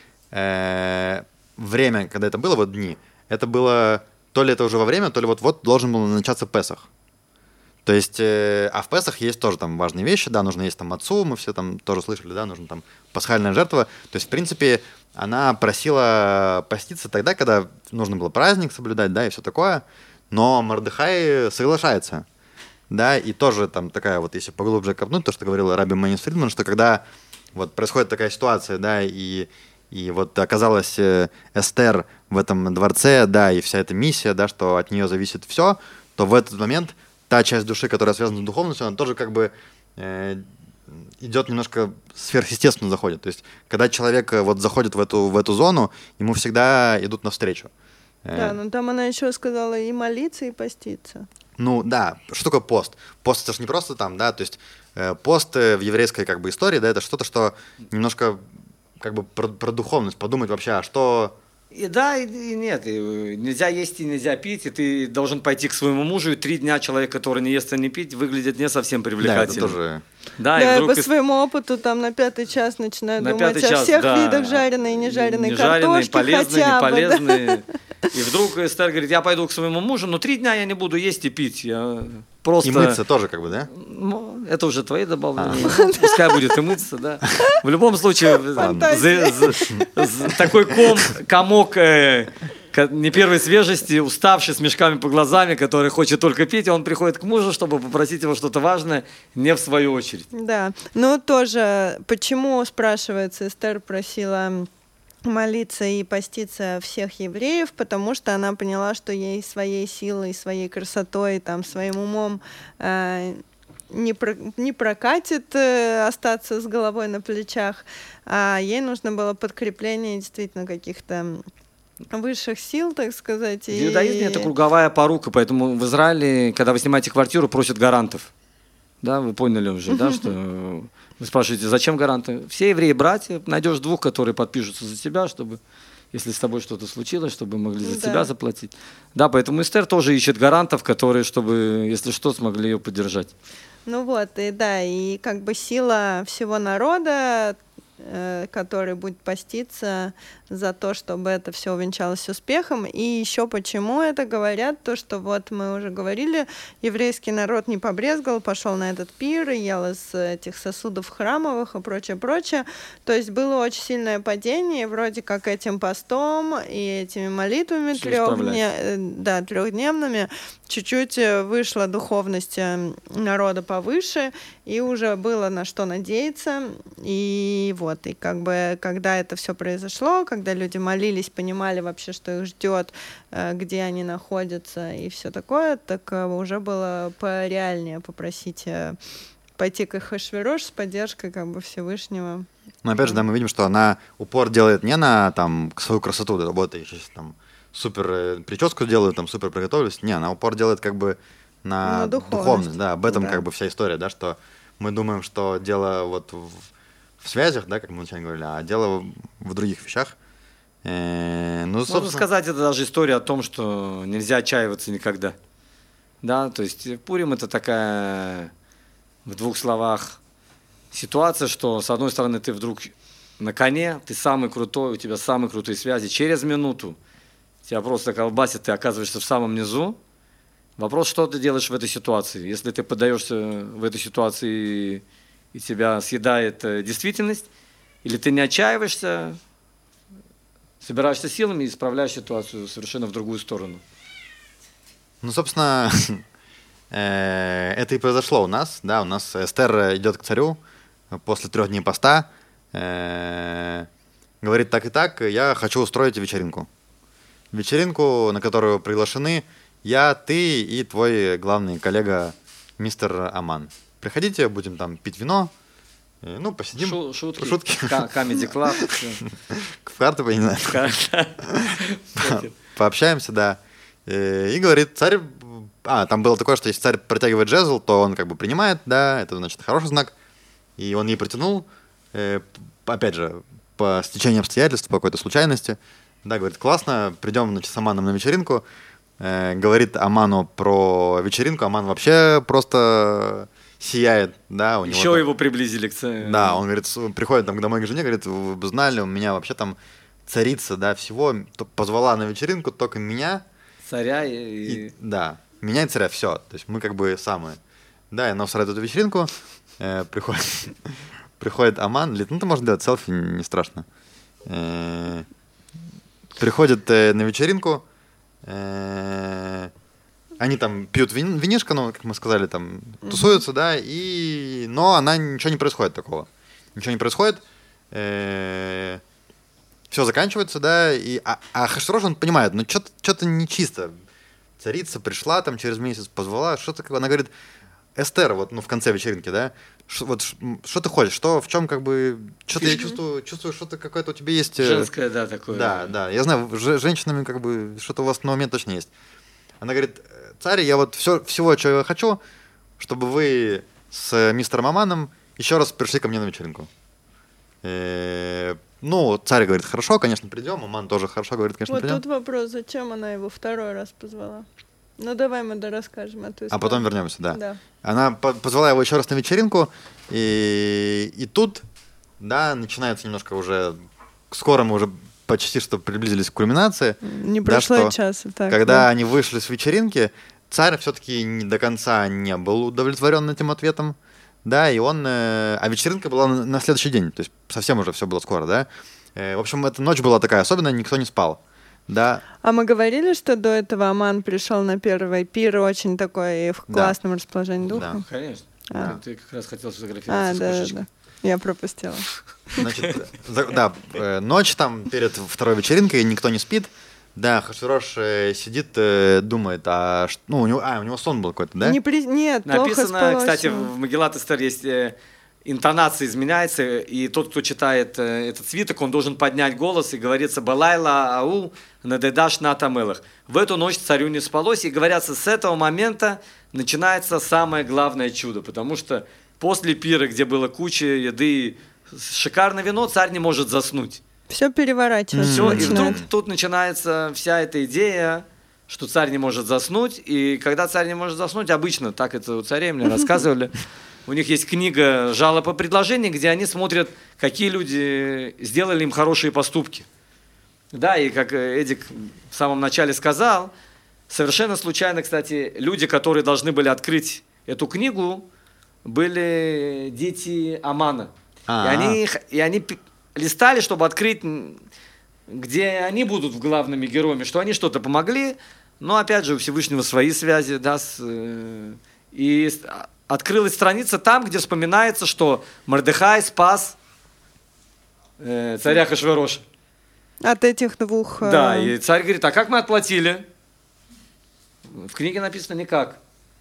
время, когда это было, вот дни, это было, то ли это уже во время, то ли вот должен был начаться Песах. То есть, а в Песах есть тоже там важные вещи, да, нужно есть там мацу, мы все там тоже слышали, да, нужно там пасхальная жертва. То есть, в принципе, она просила поститься тогда, когда нужно было праздник соблюдать, да, и все такое, но Мордехай соглашается, да, и тоже там такая вот, если поглубже копнуть, то, что говорил Раби Манис Фридман, что когда вот происходит такая ситуация, да, и вот оказалась Эстер в этом дворце, да, и вся эта миссия, да, что от нее зависит все, то в этот момент та часть души, которая связана с духовностью, она тоже как бы идет немножко сверхъестественно заходит. То есть, когда человек вот заходит в эту зону, ему всегда идут навстречу. Да, но там она еще сказала и молиться, и поститься. Ну да, что такое пост? Пост это же не просто там, да, то есть пост в еврейской как бы истории, да, это что-то, что немножко как бы про духовность, подумать вообще, а что... И да, и нет. И нельзя есть и нельзя пить, и ты должен пойти к своему мужу, и 3 дня человек, который не ест и не пить, выглядит не совсем привлекательно. Да, это тоже... Да, и по своему опыту там на 5-й час начинают думать о всех видах жареной и нежареной картошки, полезные, хотя бы, неполезные. Да? И вдруг Эстер говорит, я пойду к своему мужу, но 3 дня я не буду есть и пить. Я просто... И мыться тоже как бы, да? Ну, это уже твои добавления. Пускай будет и мыться, да. В любом случае, такой комок не первой свежести, уставший, с мешками по глазами, который хочет только пить, он приходит к мужу, чтобы попросить его что-то важное, не в свою очередь. Да, ну тоже, почему, спрашивается, Эстер просила молиться и поститься всех евреев, потому что она поняла, что ей своей силой, своей красотой, там, своим умом не прокатит остаться с головой на плечах, а ей нужно было подкрепление действительно каких-то высших сил, так сказать. В иудаизме это круговая порука, поэтому в Израиле, когда вы снимаете квартиру, просят гарантов. Да, вы поняли уже, да, что вы спрашиваете, зачем гаранты? Все евреи братья, найдешь 2, которые подпишутся за тебя, чтобы, если с тобой что-то случилось, чтобы могли за тебя заплатить. Да, поэтому Эстер тоже ищет гарантов, которые, чтобы, если что, смогли ее поддержать. Ну вот, и да, и как бы сила всего народа, который будет поститься за то, чтобы это все увенчалось успехом. И еще почему это говорят, то, что вот мы уже говорили, еврейский народ не побрезгал, пошел на этот пир, ел из этих сосудов храмовых и прочее, прочее. То есть было очень сильное падение, вроде как этим постом и этими молитвами трехдневными чуть-чуть вышла духовность народа повыше, и уже было на что надеяться. И вот, и как бы, когда это все произошло, когда люди молились, понимали вообще, что их ждет, где они находятся и все такое, так уже было пореальнее попросить пойти к Ахашверош с поддержкой как бы Всевышнего. Но опять же, да, мы видим, что она упор делает не на там свою красоту, да, вот я сейчас там супер прическу делаю, там супер приготовлюсь. Не, она упор делает как бы на духовность, да, об этом как бы вся история, да, что мы думаем, что дело вот в связях, да, как мы вначале говорили, а дело в других вещах. Ну, Можно сказать, это даже история о том, что нельзя отчаиваться никогда. Да, то есть Пурим это такая, в двух словах, ситуация, что с одной стороны ты вдруг на коне, ты самый крутой, у тебя самые крутые связи. Через минуту тебя просто колбасит, ты оказываешься в самом низу. Вопрос, что ты делаешь в этой ситуации. Если ты поддаешься в этой ситуации и тебя съедает действительность, или ты не отчаиваешься, собираешься силами и исправляешь ситуацию совершенно в другую сторону. Ну, собственно, это и произошло у нас. Да, у нас Эстер идет к царю после 3 дней поста, говорит так и так, я хочу устроить вечеринку. Вечеринку, на которую приглашены я, ты и твой главный коллега мистер Аман. Приходите, будем там пить вино, ну, посидим. Шутки. Comedy Club. В карты, не знаю. Пообщаемся, да. И говорит, царь... там было такое, что если царь протягивает жезл, то он как бы принимает, да, это, значит, хороший знак. И он ей протянул, опять же, по стечению обстоятельств, по какой-то случайности. Да, говорит, классно, придем, значит, с Аманом на вечеринку. Говорит Аману про вечеринку, Аман вообще просто сияет, да. Еще его приблизили к царю. Да, он, говорит, приходит там домой к жене, говорит, вы бы знали, у меня вообще там царица, да, всего, позвала на вечеринку только меня. Царя да, меня и царя, все. То есть мы как бы самые. Да, и она устраивает эту вечеринку, приходит Аман, говорит, ну, ты можешь делать селфи, не страшно. Приходит на вечеринку, они там пьют винишко, ну, как мы сказали, там тусуются, да, но ничего не происходит такого. Ничего не происходит. Все заканчивается, да, а Ахашвирош, он понимает, ну, что-то нечисто. Царица пришла там через месяц, позвала, что-то, она говорит, Эстер, вот, ну, в конце вечеринки, да, что ты хочешь, в чем, как бы, что-то я чувствую, что-то какое-то у тебя есть... Женское, да, такое. Да, я знаю, женщинами, как бы, что-то у вас на уме точно есть. Она говорит, царь, я вот всего, что я хочу, чтобы вы с мистером Аманом еще раз пришли ко мне на вечеринку. Ну, царь говорит, хорошо, конечно, придем, Аман тоже хорошо говорит, конечно, вот придем. Вот тут вопрос, зачем она его 2-й раз позвала? Ну, давай мы расскажем эту историю. А потом вернемся, да. Она позвала его еще раз на вечеринку, и тут, да, начинается немножко уже, скоро мы уже почти что приблизились к кульминации. Не прошло да, часа, так. Когда они вышли с вечеринки, царь все-таки до конца не был удовлетворен этим ответом, да, и он... А вечеринка была на следующий день, то есть совсем уже все было скоро, да. В общем, эта ночь была такая особенная, никто не спал. Да. А мы говорили, что до этого Аман пришел на первый пир очень такой в классном расположении духа? Да, конечно. Ты как раз хотел сфотографироваться с кошечкой. Да. Я пропустила. Значит, да, ночь там перед 2-й вечеринкой, никто не спит. Да, Ахашвирош сидит, думает, у него сон был какой-то, да? Нет, написано, кстати, в Мегилат Эстер есть... интонация изменяется, и тот, кто читает этот свиток, он должен поднять голос, и говорится «Балайла ау надедаш натамелах». В эту ночь царю не спалось, и говорится, с этого момента начинается самое главное чудо, потому что после пира, где была куча еды, шикарное вино, царь не может заснуть. Все переворачивается. Все, и вдруг тут начинается вся эта идея, что царь не может заснуть, и когда царь не может заснуть, обычно, так это у царей мне рассказывали, у них есть книга «Жалоб и предложений», где они смотрят, какие люди сделали им хорошие поступки. Да, и как Эдик в самом начале сказал, совершенно случайно, кстати, люди, которые должны были открыть эту книгу, были дети Амана. И они листали, чтобы открыть, где они будут главными героями, что они что-то помогли, но опять же у Всевышнего свои связи, да, и открылась страница там, где вспоминается, что Мордехай спас царя Ахашвироша. От этих двух... Да, и царь говорит, а как мы отплатили? В книге написано никак.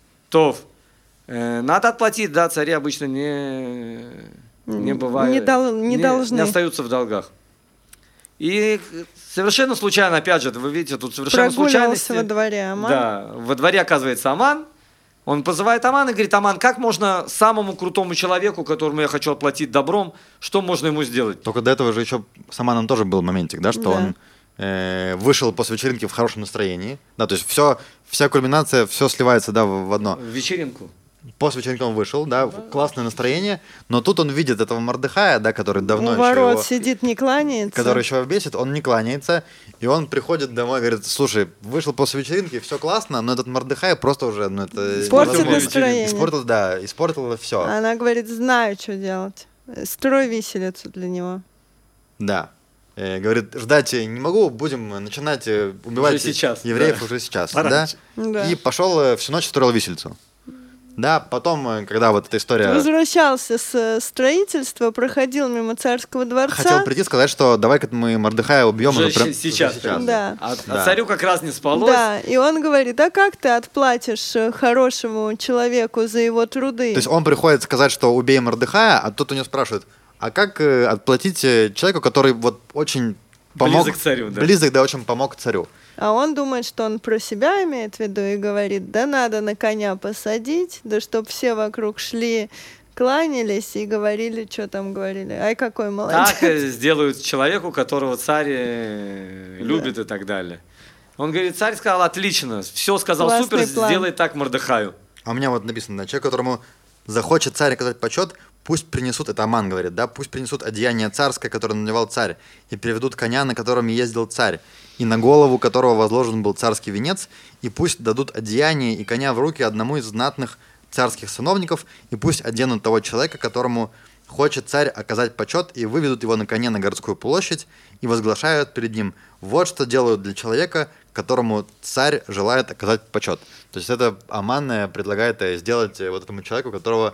Надо отплатить, да, цари обычно не бывают. Не остаются в долгах. И совершенно случайно, опять же, вы видите, тут совершенно случайность. Прогуливался во дворе Аман. Да, во дворе оказывается Аман. Он позывает Амана и говорит: Аман, как можно самому крутому человеку, которому я хочу отплатить добром, что можно ему сделать? Только до этого же еще с Аманом тоже был моментик, да, что он вышел после вечеринки в хорошем настроении. Да, то есть вся кульминация, все сливается, да, в одно. В вечеринку. После вечеринки он вышел, да, классное настроение, но тут он видит этого Мордехая, да, который давно У еще ворот его, сидит, не кланяется. который еще его бесит, он не кланяется, и он приходит домой и говорит: слушай, вышел после вечеринки, все классно, но этот Мордехай просто уже, ну, это Испортил невозможно. настроение. Испортил все. Она говорит: знаю, что делать. Строй виселицу для него. Да. Говорит: ждать не могу, будем начинать убивать Уже сейчас, евреев да. уже сейчас. Пораньше. Да. И пошел всю ночь строил виселицу. Да, потом, когда вот эта история... Возвращался с строительства, проходил мимо царского дворца. Хотел прийти сказать, что давай-ка мы Мордехая убьем Уже сейчас. Да. А Да. царю как раз не спалось. Да, и он говорит: а как ты отплатишь хорошему человеку за его труды? То есть он приходит сказать, что убей Мордехая, а тут у него спрашивают: а как отплатить человеку, который вот очень помог... Близок к царю, да. Близок, да, очень помог царю. А он думает, что он про себя имеет в виду и говорит: да надо на коня посадить, да чтоб все вокруг шли, кланялись и говорили, что там говорили. Ай, какой молодец. Так сделают человеку, которого царь любит и так далее. Он говорит: царь сказал: отлично, все сказал, Классный супер, план. сделай так Мордехаю. А у меня вот написано: человек, которому захочет царь оказать почет, пусть принесут, это Аман говорит, да, пусть принесут одеяние царское, которое надевал царь, и приведут коня, на котором ездил царь, и на голову которого возложен был царский венец, и пусть дадут одеяние и коня в руки одному из знатных царских сановников, и пусть оденут того человека, которому хочет царь оказать почет, и выведут его на коне на городскую площадь, и возглашают перед ним: вот что делают для человека, которому царь желает оказать почет. То есть это Аман предлагает сделать вот этому человеку, которого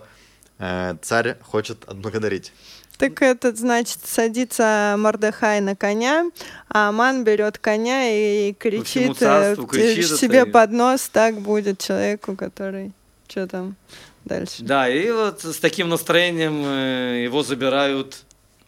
царь хочет отблагодарить. Так этот, значит, садится Мордехай на коня, а Аман берет коня и кричит, царству кричит себе это. под нос: так будет человеку, который... Что там дальше? Да, и вот с таким настроением его забирают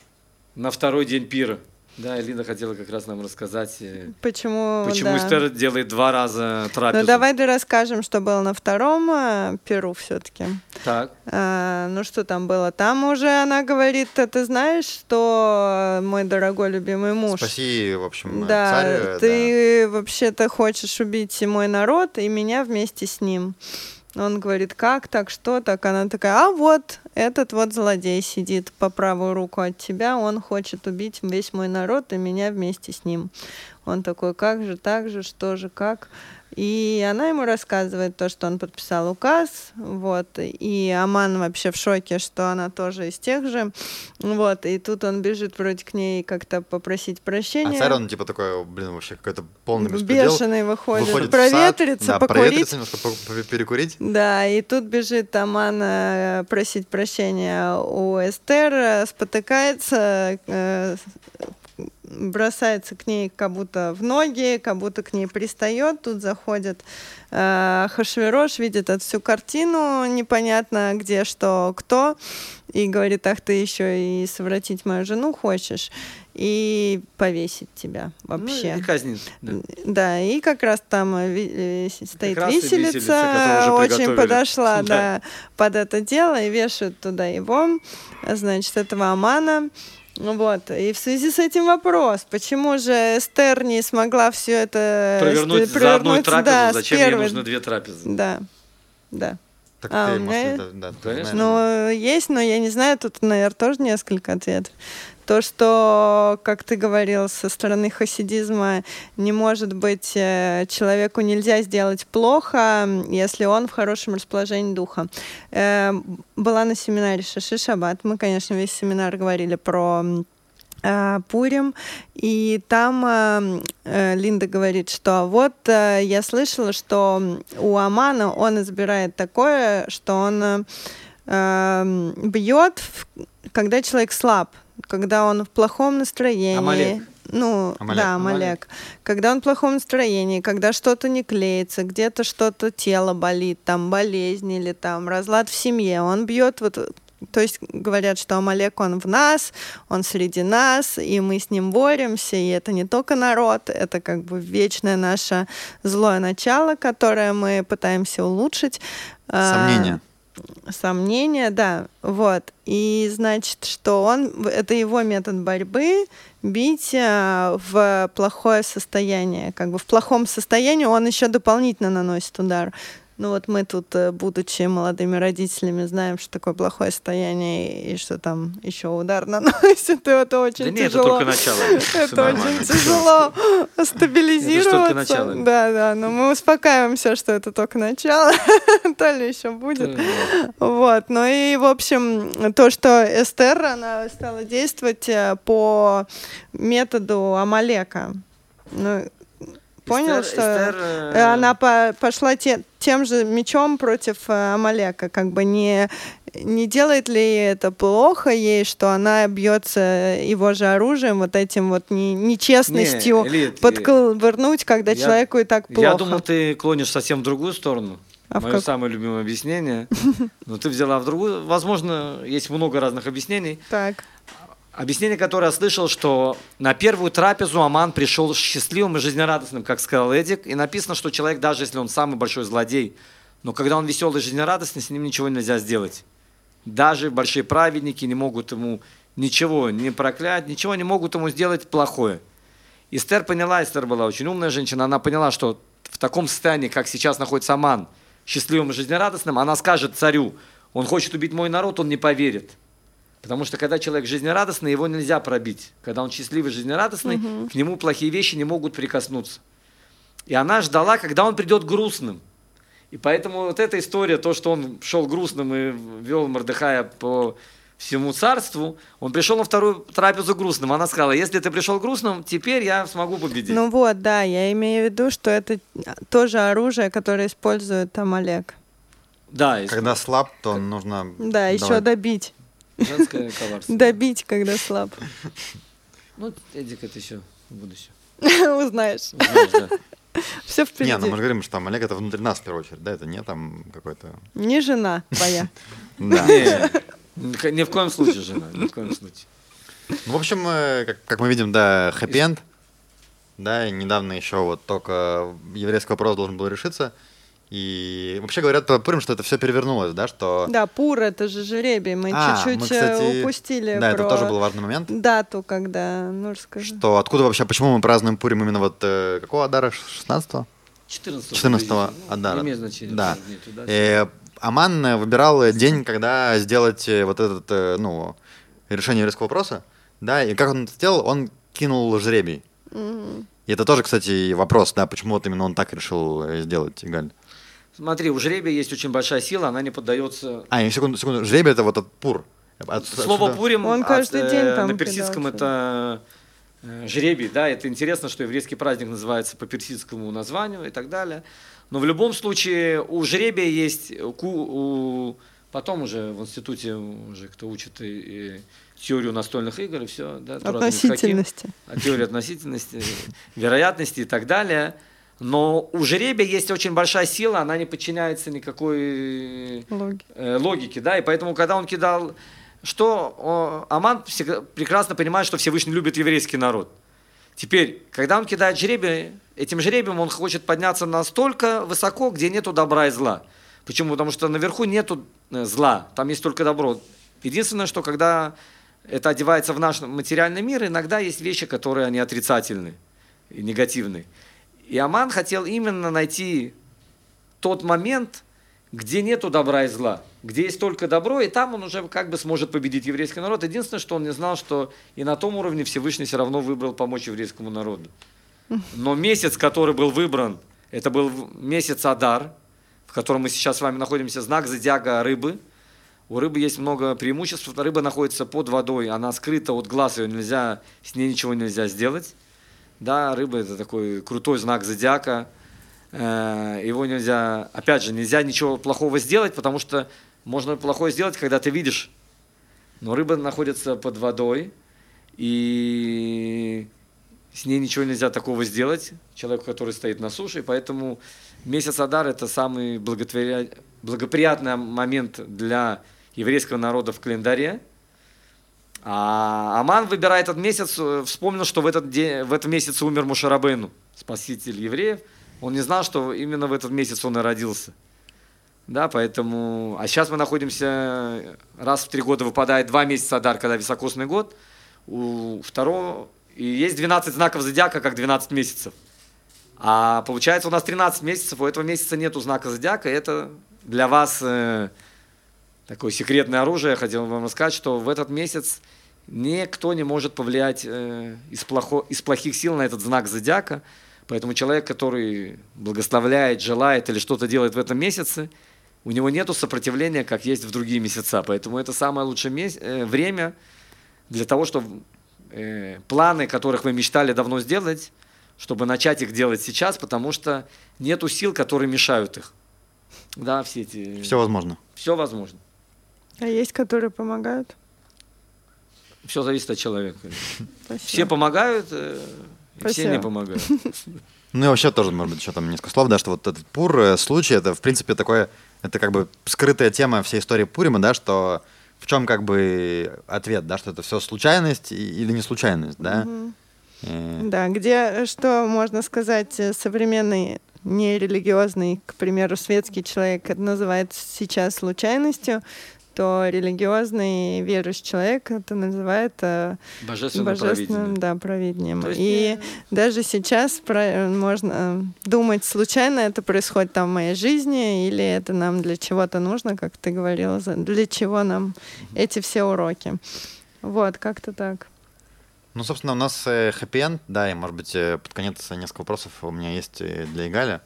на второй день пира. Да, Лида хотела как раз нам рассказать, Почему да. Эстер делает 2 раза трапезу. Ну давай расскажем, что было на втором пиру все-таки. Так. Ну что там было? Там уже она говорит: ты знаешь, что мой дорогой любимый муж... Спаси, в общем, Да, царь. ты вообще-то хочешь убить мой народ и меня вместе с ним. Он говорит: как так, что так? Она такая: а вот этот вот злодей сидит по правую руку от тебя, он хочет убить весь мой народ и меня вместе с ним. Он такой: как же, так же, что же, как? И она ему рассказывает то, что он подписал указ, вот, и Аман вообще в шоке, что она тоже из тех же, вот, и тут он бежит вроде к ней как-то попросить прощения. А царь, он типа такой: блин, вообще какой-то полный беспредел. Бешеный выходит в сад, проветриться, да, покурить. проветриться, немножко перекурить. Да, и тут бежит Аман просить прощения у Эстер, спотыкается, бросается к ней как будто в ноги, как будто к ней пристает. Тут заходит Ахашвирош, видит эту всю картину, непонятно где, что, кто, и говорит: ах, ты еще и совратить мою жену хочешь, и повесить тебя вообще. Ну, и казнит. Да. Да, и как раз там стоит Как раз и виселица, которую уже очень приготовили. подошла Да. да, под это дело, и вешают туда его, значит, этого Амана. Вот. И в связи с этим вопрос: почему же Эстер не смогла все это Провернуть за одной трапезу, да, зачем с ей первой... нужно 2 трапезы? Да, да. Так А, ты, у меня может, да, ты Конечно. знаешь. Ну, есть, но я не знаю, тут, наверное, тоже несколько ответов. То, что, как ты говорил, со стороны хасидизма не может быть, человеку нельзя сделать плохо, если он в хорошем расположении духа. Была на семинаре Шаши Шаббат, мы, конечно, весь семинар говорили про Пурим, и там Линда говорит, что вот я слышала, что у Амана он избирает такое, что он бьет, когда человек слаб, когда он в плохом настроении. Амалек. Ну, Амалек. да, Амалек. Когда он в плохом настроении, когда что-то не клеится, где-то что-то тело болит, там болезнь или там разлад в семье, он бьет вот То есть говорят, что Амалек, он в нас, он среди нас, и мы с ним боремся, и это не только народ, это как бы вечное наше злое начало, которое мы пытаемся улучшить. Сомнения, да, вот. И значит, что это его метод борьбы, бить в плохое состояние. Как бы в плохом состоянии он еще дополнительно наносит удар. Ну вот мы тут, будучи молодыми родителями, знаем, что такое плохое состояние и что там еще удар наносит, и это очень тяжело. Да нет, это только начало. Это очень тяжело стабилизироваться. Это только начало. Да, но мы успокаиваемся, что это только начало, то ли еще будет. Вот, ну и, в общем, то, что Эстер, она стала действовать по методу Амалека. Ну, понял, что она пошла тем же мечом против Амалека. Как бы не делает ли это плохо ей, что она бьется его же оружием, вот этим вот нечестностью подковырнуть, когда человеку и так плохо? Я думал, ты клонишь совсем в другую сторону. Мое самое любимое объяснение. Но ты взяла в другую. Возможно, есть много разных объяснений. Так. Объяснение, которое я слышал, что на первую трапезу Аман пришел счастливым и жизнерадостным, как сказал Эдик, и написано, что человек, даже если он самый большой злодей, но когда он веселый и жизнерадостный, с ним ничего нельзя сделать. Даже большие праведники не могут ему ничего не проклять, ничего не могут ему сделать плохое. Эстер поняла, Эстер была очень умная женщина, она поняла, что в таком состоянии, как сейчас находится Аман, счастливым и жизнерадостным, она скажет царю: он хочет убить мой народ, он не поверит. Потому что когда человек жизнерадостный, его нельзя пробить. Когда он счастливый, жизнерадостный, к нему плохие вещи не могут прикоснуться. И она ждала, когда он придет грустным. И поэтому вот эта история, то, что он шел грустным и вел Мордехая по всему царству, он пришел на вторую трапезу грустным. Она сказала: если ты пришел грустным, теперь я смогу победить. Ну вот, да, я имею в виду, что это тоже оружие, которое использует Амалек. Да. Когда слаб, то нужно... Да, еще добить. Женское коварство. Добить, когда слаб. Ну, Эдик, это еще в будущем. Узнаешь, да. Все впереди. Не, ну мы же говорим, что там Олег это внутри нас в первую очередь, да, это не там какой-то... Не жена твоя. Да. Ни в коем случае жена, ни в коем случае. Ну, в общем, как мы видим, да, хэппи-энд, да, и недавно еще вот только еврейский вопрос должен был решиться. И вообще говорят про Пурим, что это все перевернулось, да, что... Да, Пур — это же жребий, мы чуть-чуть кстати, упустили да, про это тоже был важный момент. дату, когда, ну расскажи. Что, откуда вообще, почему мы празднуем Пурим именно вот, какого Адара, 16-го? 14-го Адара. Не имеет значения. Да. Аман выбирал день, когда сделать вот этот, ну, решение еврейского вопроса, да, и как он это сделал, он кинул жребий. И это тоже, кстати, вопрос, да, почему вот именно он так решил сделать, Игаль. Смотри, у жребия есть очень большая сила, она не поддается... Секунду. Жребий — это вот от Пур. Слово Пурим он каждый день там на персидском это жребий, да, это интересно, что еврейский праздник называется по персидскому названию и так далее. Но в любом случае у жребия есть, потом уже в институте, уже кто учит теорию настольных игр и все, да, относительности. Теория относительности, вероятности и так далее. Но у жребия есть очень большая сила, она не подчиняется никакой логике, да, и поэтому, когда он кидал, Аман прекрасно понимает, что Всевышний любит еврейский народ. Теперь, когда он кидает жребий, этим жребием он хочет подняться настолько высоко, где нету добра и зла. Почему? Потому что наверху нету зла, там есть только добро. Единственное, что когда это одевается в наш материальный мир, иногда есть вещи, которые они отрицательны и негативны. И Аман хотел именно найти тот момент, где нету добра и зла, где есть только добро, и там он уже как бы сможет победить еврейский народ. Единственное, что он не знал, что и на том уровне Всевышний все равно выбрал помочь еврейскому народу. Но месяц, который был выбран, это был месяц Адар, в котором мы сейчас с вами находимся, знак зодиака рыбы. У рыбы есть много преимуществ. Рыба находится под водой, она скрыта от глаз, ее нельзя, с ней ничего нельзя сделать. Да, рыба — это такой крутой знак зодиака. Его нельзя, опять же, нельзя ничего плохого сделать, потому что можно плохое сделать, когда ты видишь. Но рыба находится под водой, и с ней ничего нельзя такого сделать, человеку, который стоит на суше. И поэтому месяц Адар — это самый благоприятный момент для еврейского народа в календаре. А Аман, выбирая этот месяц, вспомнил, что в этом месяце умер Моше Рабейну, спаситель евреев. Он не знал, что именно в этот месяц он и родился. Да, поэтому... А сейчас мы находимся... Раз в 3 года выпадает 2 месяца Адар, когда високосный год. У второго... И есть 12 знаков зодиака, как 12 месяцев. А получается у нас 13 месяцев, у этого месяца нету знака зодиака. И это для вас такое секретное оружие. Я хотел вам рассказать, что в этот месяц никто не может повлиять из плохих сил на этот знак зодиака. Поэтому человек, который благословляет, желает или что-то делает в этом месяце, у него нет сопротивления, как есть в другие месяца. Поэтому это самое лучшее время для того, чтобы планы, которых вы мечтали давно сделать, чтобы начать их делать сейчас, потому что нету сил, которые мешают их. Да, все эти... Все возможно. Все возможно. А есть, которые помогают? Все зависит от человека. Спасибо. Все помогают, все не помогают. Ну и вообще тоже, может быть, еще там несколько слов, да, что вот этот Пур случай, это, в принципе, такое, это как бы скрытая тема всей истории Пурима, да, что в чем как бы ответ, да, что это все случайность или не случайность, да? Да, где, что можно сказать, современный нерелигиозный, к примеру, светский человек это называет сейчас случайностью, то религиозный верующий человек это называет божественным провидением. И даже сейчас можно думать, случайно это происходит там в моей жизни, или это нам для чего-то нужно, как ты говорила, для чего нам эти все уроки. Вот, как-то так. Ну, собственно, у нас хэппи-энд, да, и, может быть, под конец несколько вопросов у меня есть для Игаля.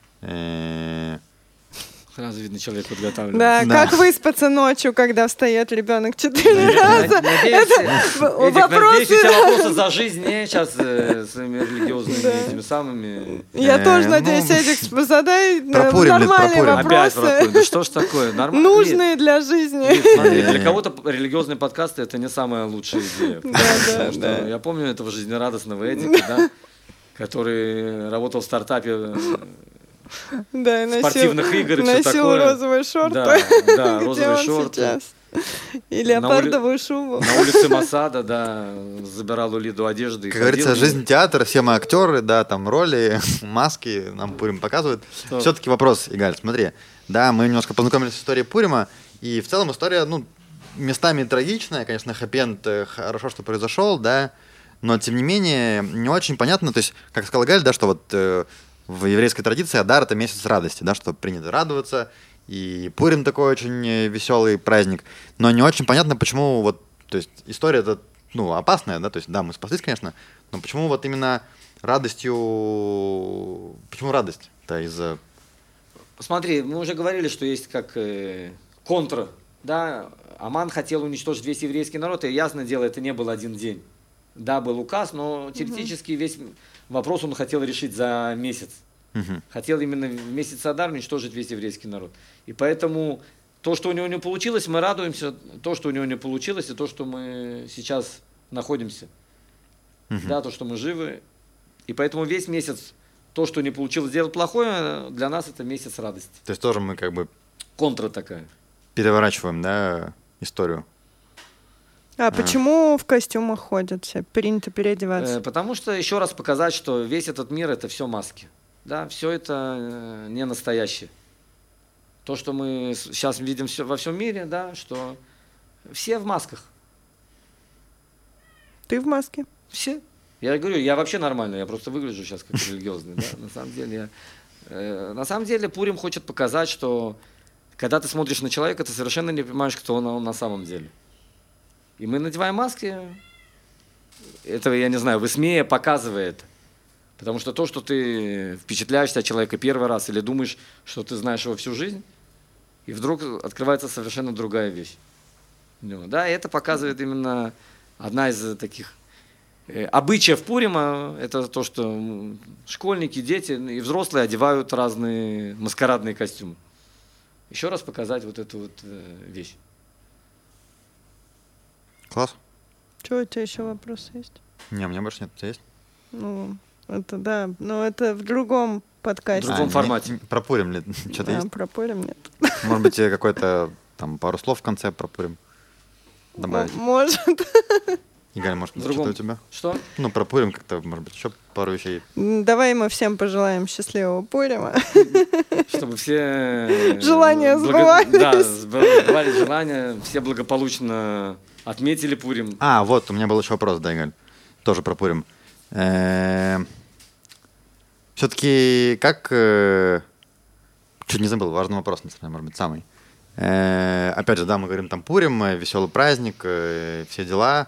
Сразу видно, человек подготавливается. Да, как выспаться ночью, когда встает ребенок 4 раза? Надеюсь, у тебя вопросы за жизнь, не сейчас своими религиозными этими самыми. Я тоже надеюсь, Эдик, задай нормальные вопросы. Опять да что ж такое? Нужные для жизни. Смотри, для кого-то религиозные подкасты это не самая лучшая идея. Да. Я помню этого жизнерадостного Эдика, да, который работал в стартапе. Да, и спортивных игр и все такое. Носил розовые шорты. Да, розовые шорты. И леопардовую шубу. На улице Масада, да, забирал у Лиду одежды. Как говорится, жизнь театра, все мы актеры, да, там роли, маски нам Пурим показывает. Все-таки вопрос, Игаль, смотри. Да, мы немножко познакомились с историей Пурима, и в целом история, ну, местами трагичная, конечно, хэппи-энд хорошо, что произошел, да, но тем не менее не очень понятно, то есть, как сказал Игаль, да, что вот в еврейской традиции Адар — это месяц радости, да, что принято радоваться, и Пурим такой очень веселый праздник, но не очень понятно, почему вот, то есть история это, ну, опасная, да, то есть, да, мы спаслись, конечно, но почему вот именно радостью, почему радость-то из-за... Смотри, мы уже говорили, что есть как контра, да, Аман хотел уничтожить весь еврейский народ, и ясно дело, это не был один день. Да, был указ, но теоретически весь вопрос он хотел решить за месяц. Хотел именно в месяц Адар уничтожить весь еврейский народ. И поэтому то, что у него не получилось, мы радуемся. То, что у него не получилось, и то, что мы сейчас находимся. Да, то, что мы живы. И поэтому весь месяц, то, что не получилось сделать плохое, для нас это месяц радости. То есть тоже мы как бы... Контра такая. Переворачиваем, да, историю. А почему в костюмах ходят все? Принято переодеваться? Потому что еще раз показать, что весь этот мир это все маски. Да, все это не настоящее. То, что мы сейчас видим во всем мире, да, что все в масках. Ты в маске? Все. Я говорю, я вообще нормальный, я просто выгляжу сейчас как религиозный. Да? На самом деле Пурим хочет показать, что когда ты смотришь на человека, ты совершенно не понимаешь, кто он на самом деле. И мы надеваем маски, это, я не знаю, высмея, показывает. Потому что то, что ты впечатляешься от человека первый раз или думаешь, что ты знаешь его всю жизнь, и вдруг открывается совершенно другая вещь. Да, и это показывает именно одна из таких обычаев Пурима, это то, что школьники, дети и взрослые одевают разные маскарадные костюмы. Еще раз показать вот эту вот вещь. Класс. Что, у тебя еще вопросы есть? Не, у меня больше нет. У тебя есть? Ну, это да, но это в другом подкасте. В другом формате. Про Пурим ли что-то есть? Про Пурим нет. Может быть, какой-то там пару слов в конце про Пурим добавить? Может. Игаль, может, что-то у тебя? Что? Ну, про Пурим как-то, может быть, еще пару вещей. Давай мы всем пожелаем счастливого Пурима. Чтобы все... Желания сбывались. Да, сбывались желания, все благополучно отметили Пурим. Вот, у меня был еще вопрос, да, Игаль, тоже про Пурим. Все-таки как... Чуть не забыл, важный вопрос, может быть, самый. Опять же, да, мы говорим там Пурим, веселый праздник, все дела.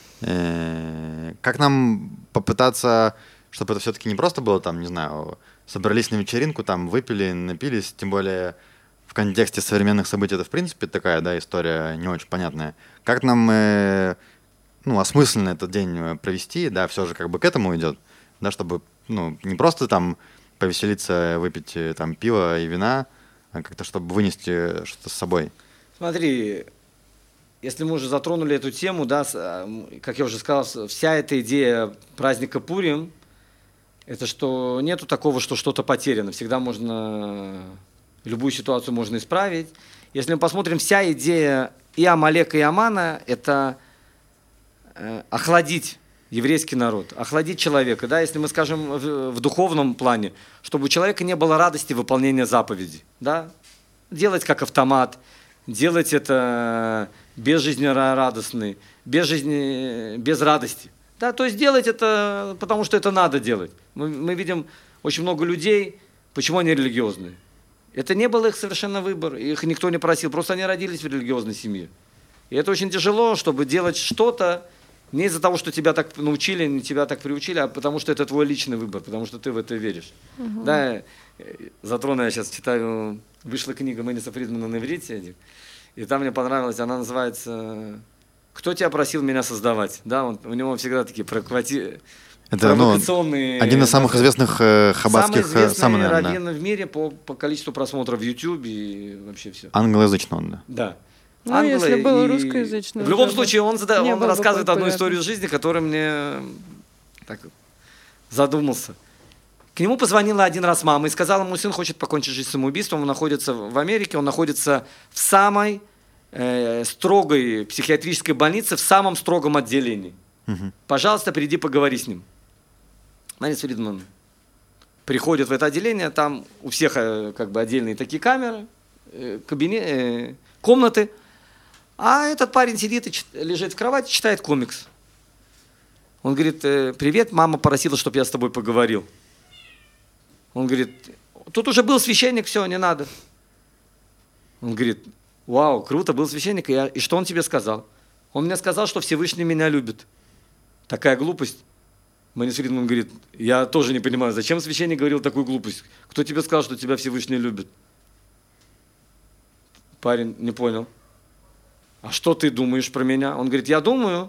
Как нам попытаться, чтобы это все-таки не просто было там, не знаю, собрались на вечеринку, там выпили, напились, тем более в контексте современных событий это в принципе такая, да, история не очень понятная. Как нам, осмысленно этот день провести, да, все же как бы к этому идет, да, чтобы, не просто там повеселиться, выпить там пиво и вина, а как-то чтобы вынести что-то с собой. Смотри, если мы уже затронули эту тему, да, как я уже сказал, вся эта идея праздника Пурим, это что нету такого, что что-то потеряно. Всегда можно, любую ситуацию можно исправить. Если мы посмотрим, вся идея и Амалека, и Амана – это охладить еврейский народ, охладить человека. Да, если мы скажем в духовном плане, чтобы у человека не было радости выполнения заповедей. Да? Делать как автомат, делать это безжизненно-радостный, без радости. Да, то есть делать это, потому что это надо делать. Мы видим очень много людей, почему они религиозные. Это не был их совершенно выбор, их никто не просил, просто они родились в религиозной семье. И это очень тяжело, чтобы делать что-то не из-за того, что тебя так научили, не тебя так приучили, а потому что это твой личный выбор, потому что ты в это веришь. Угу. Да, затрону, я сейчас читаю, вышла книга Мэниса Фридмана на иврите, и там мне понравилась, она называется «Кто тебя просил меня создавать?» Да, у него всегда такие провокационные... Это один из самых известных хаббатских... Самый известный раввин в мире по количеству просмотров в YouTube и вообще все. Англоязычный он, да. Да. Если был русскоязычный. В любом случае, он рассказывает одну историю жизни, которая мне так задумался. К нему позвонила один раз мама и сказала, мой сын хочет покончить жизнь самоубийством, он находится в Америке, он находится в самой строгой психиатрической больнице, в самом строгом отделении. Угу. Пожалуйста, приди поговори с ним. Мэнис Фридман приходит в это отделение, там у всех как бы отдельные такие камеры, комнаты, а этот парень сидит и лежит в кровати, читает комикс. Он говорит, привет, мама просила, чтобы я с тобой поговорил. Он говорит, тут уже был священник, все, не надо. Он говорит, вау, круто, был священник, и что он тебе сказал? Он мне сказал, что Всевышний меня любит. Такая глупость. Мэнис Фридман говорит, я тоже не понимаю, зачем священник говорил такую глупость? Кто тебе сказал, что тебя Всевышний любит? Парень не понял. А что ты думаешь про меня? Он говорит, я думаю,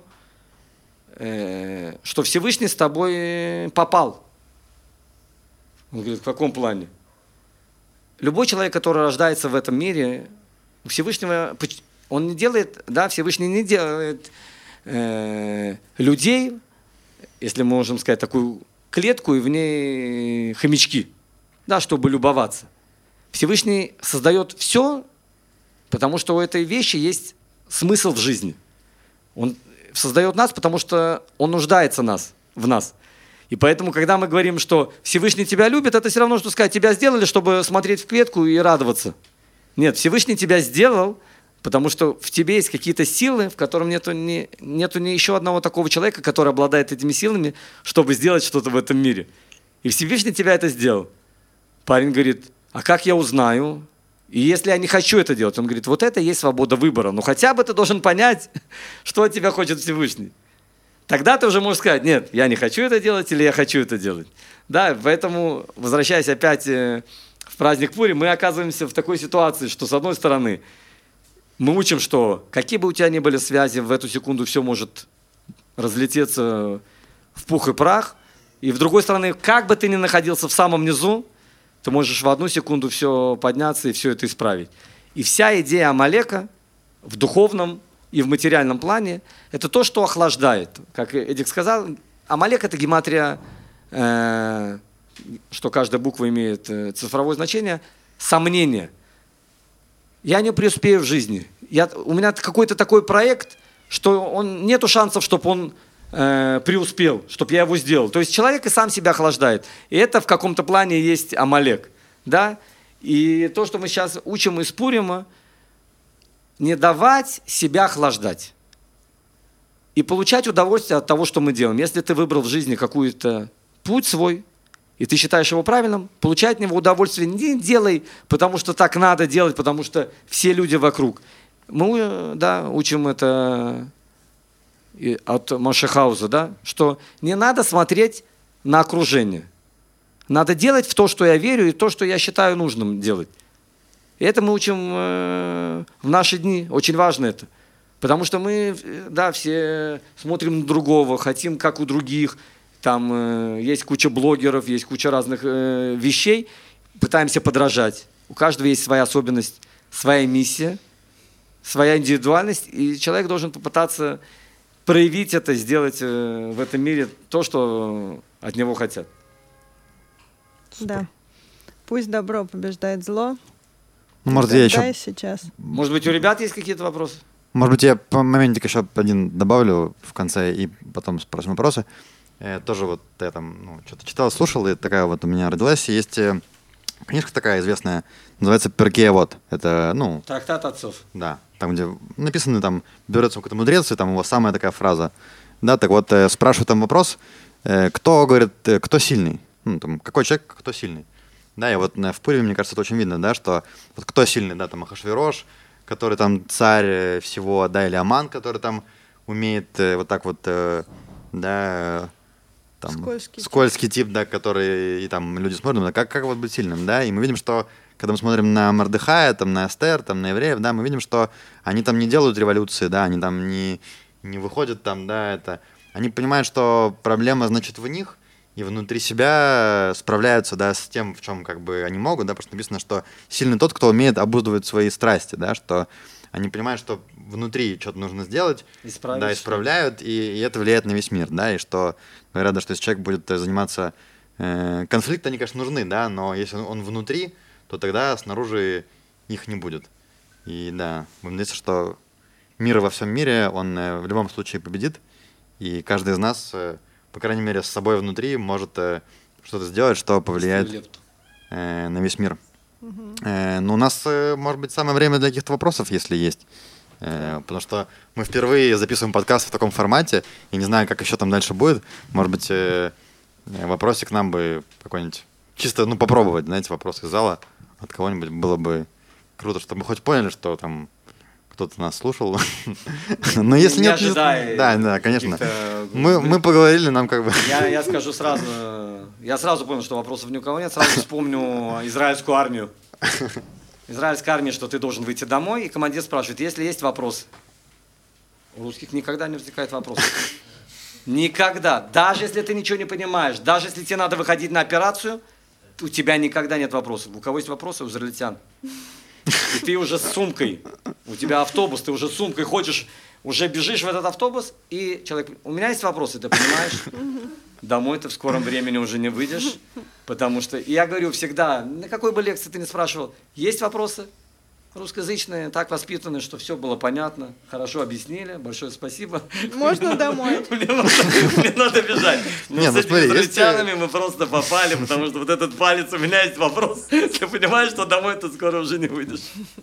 что Всевышний с тобой попал. Он говорит, в каком плане? Любой человек, который рождается в этом мире, у Всевышнего, он не делает, да, Всевышний не делает людей, если мы можем сказать, такую клетку и в ней хомячки, да, чтобы любоваться. Всевышний создает все, потому что у этой вещи есть смысл в жизни. Он создает нас, потому что он нуждается в нас. И поэтому, когда мы говорим, что Всевышний тебя любит, это все равно, что сказать, тебя сделали, чтобы смотреть в клетку и радоваться. Нет, Всевышний тебя сделал, потому что в тебе есть какие-то силы, в котором нету ни еще одного такого человека, который обладает этими силами, чтобы сделать что-то в этом мире. И Всевышний тебя это сделал. Парень говорит, а как я узнаю? И если я не хочу это делать? Он говорит, вот это и есть свобода выбора. Но хотя бы ты должен понять, что от тебя хочет Всевышний. Тогда ты уже можешь сказать, нет, я не хочу это делать или я хочу это делать. Да, поэтому, возвращаясь опять в праздник Пурим, мы оказываемся в такой ситуации, что с одной стороны мы учим, что какие бы у тебя ни были связи, в эту секунду все может разлететься в пух и прах. И с другой стороны, как бы ты ни находился в самом низу, ты можешь в одну секунду все подняться и все это исправить. И вся идея Амалека в духовном и в материальном плане – это то, что охлаждает. Как Эдик сказал, Амалек – это гематрия, что каждая буква имеет цифровое значение, сомнение. Я не преуспею в жизни. у меня какой-то такой проект, что нету шансов, чтобы он преуспел, чтобы я его сделал. То есть человек и сам себя охлаждает. И это в каком-то плане есть Амалек. Да? И то, что мы сейчас учим из Пурима, не давать себя охлаждать. И получать удовольствие от того, что мы делаем. Если ты выбрал в жизни какой-то путь свой, и ты считаешь его правильным, получай от него удовольствие. Не делай, потому что так надо делать, потому что все люди вокруг. Мы учим это от Моше Хауза, да, что не надо смотреть на окружение. Надо делать в то, что я верю, и то, что я считаю нужным делать. И это мы учим в наши дни. Очень важно это. Потому что мы, все смотрим на другого, хотим, как у других. Там есть куча блогеров, есть куча разных вещей. Пытаемся подражать. У каждого есть своя особенность, своя миссия, своя индивидуальность. И человек должен попытаться проявить это, сделать в этом мире то, что от него хотят. Да. Пусть добро побеждает зло. Может, я еще... сейчас. Может быть, у ребят есть какие-то вопросы? Может быть, я по моментик еще один добавлю в конце и потом спросим вопросы. Тоже вот я там что-то читал, слушал, и такая вот у меня родилась. Есть книжка такая известная, называется «Перкей Авот». Это, Трактат отцов. Да, там, где написано, там, берется какой-то мудрец, и там его самая такая фраза. Да, так вот, спрашивают там вопрос, кто сильный? Там, какой человек, кто сильный? Да, и вот в Пуриме, мне кажется, это очень видно, да, что вот кто сильный, да, там Ахашвирош, который там царь всего, да, или Аман, который там умеет вот так вот, да, там, скользкий тип, да, который, и там люди смотрят, да, как вот быть сильным, да, и мы видим, что когда мы смотрим на Мордехая, там, на Эстер, там, на евреев, да, мы видим, что они там не делают революции, да, они там не выходят там, да, это, они понимают, что проблема, значит, в них, и внутри себя справляются, да, с тем, в чем как бы они могут, да, потому что написано, что сильный тот, кто умеет обуздывать свои страсти, да, что они понимают, что внутри что-то нужно сделать, да, исправляют, и это влияет на весь мир, да, и что говорят, да, что если человек будет заниматься, конфликты, они, конечно, нужны, да, но если он внутри, то тогда снаружи их не будет. И да, будем надеяться, что мир во всем мире, он в любом случае победит, и каждый из нас, по крайней мере, с собой внутри может что-то сделать, что повлияет на весь мир. Но у нас, может быть, самое время для каких-то вопросов, если есть. Потому что мы впервые записываем подкаст в таком формате, и не знаю, как еще там дальше будет. Может быть, вопросик нам бы какой-нибудь... Чисто, попробовать, знаете, вопрос из зала от кого-нибудь было бы круто, чтобы мы хоть поняли, что там кто-то нас слушал. Но если нет... Да, конечно. Мы поговорили, нам как бы... Я скажу сразу... Я сразу понял, что вопросов ни у кого нет. Сразу вспомню израильскую армию. Израильская армия, что ты должен выйти домой, и командир спрашивает, если есть вопросы. У русских никогда не возникает вопросов. Никогда. Даже если ты ничего не понимаешь, даже если тебе надо выходить на операцию, у тебя никогда нет вопросов. У кого есть вопросы? У израильтян. И ты уже с сумкой, у тебя автобус, ты уже с сумкой ходишь, уже бежишь в этот автобус, и человек, у меня есть вопросы, ты понимаешь? Домой ты в скором времени уже не выйдешь, потому что, и я говорю всегда, на какой бы лекции ты ни спрашивал, есть вопросы? Русскоязычные, так воспитаны, что все было понятно, хорошо объяснили, большое спасибо. Можно домой. Мне надо бежать. Но с этими израильтянами мы просто попали, потому что вот этот палец, у меня есть вопрос. Ты понимаешь, что домой ты скоро уже не выйдешь.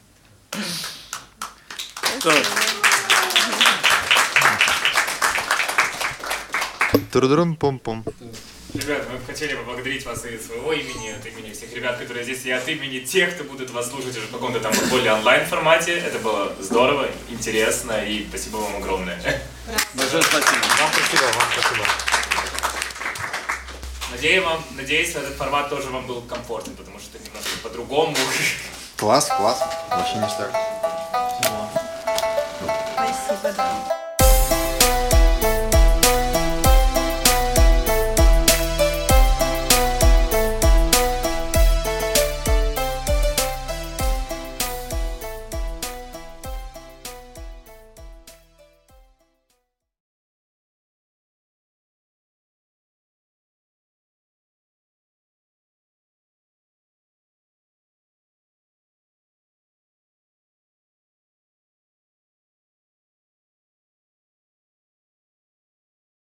Турудурум-пум-пум. Ребят, мы хотели поблагодарить вас и от своего имени, от имени всех ребят, которые здесь, и от имени тех, кто будет вас слушать уже в каком-то там более онлайн-формате. Это было здорово, интересно, и спасибо вам огромное. Большое спасибо. Вам спасибо. Надеюсь, этот формат тоже вам был комфортен, потому что немножко по-другому. Класс. Вообще ништяк. Спасибо, да.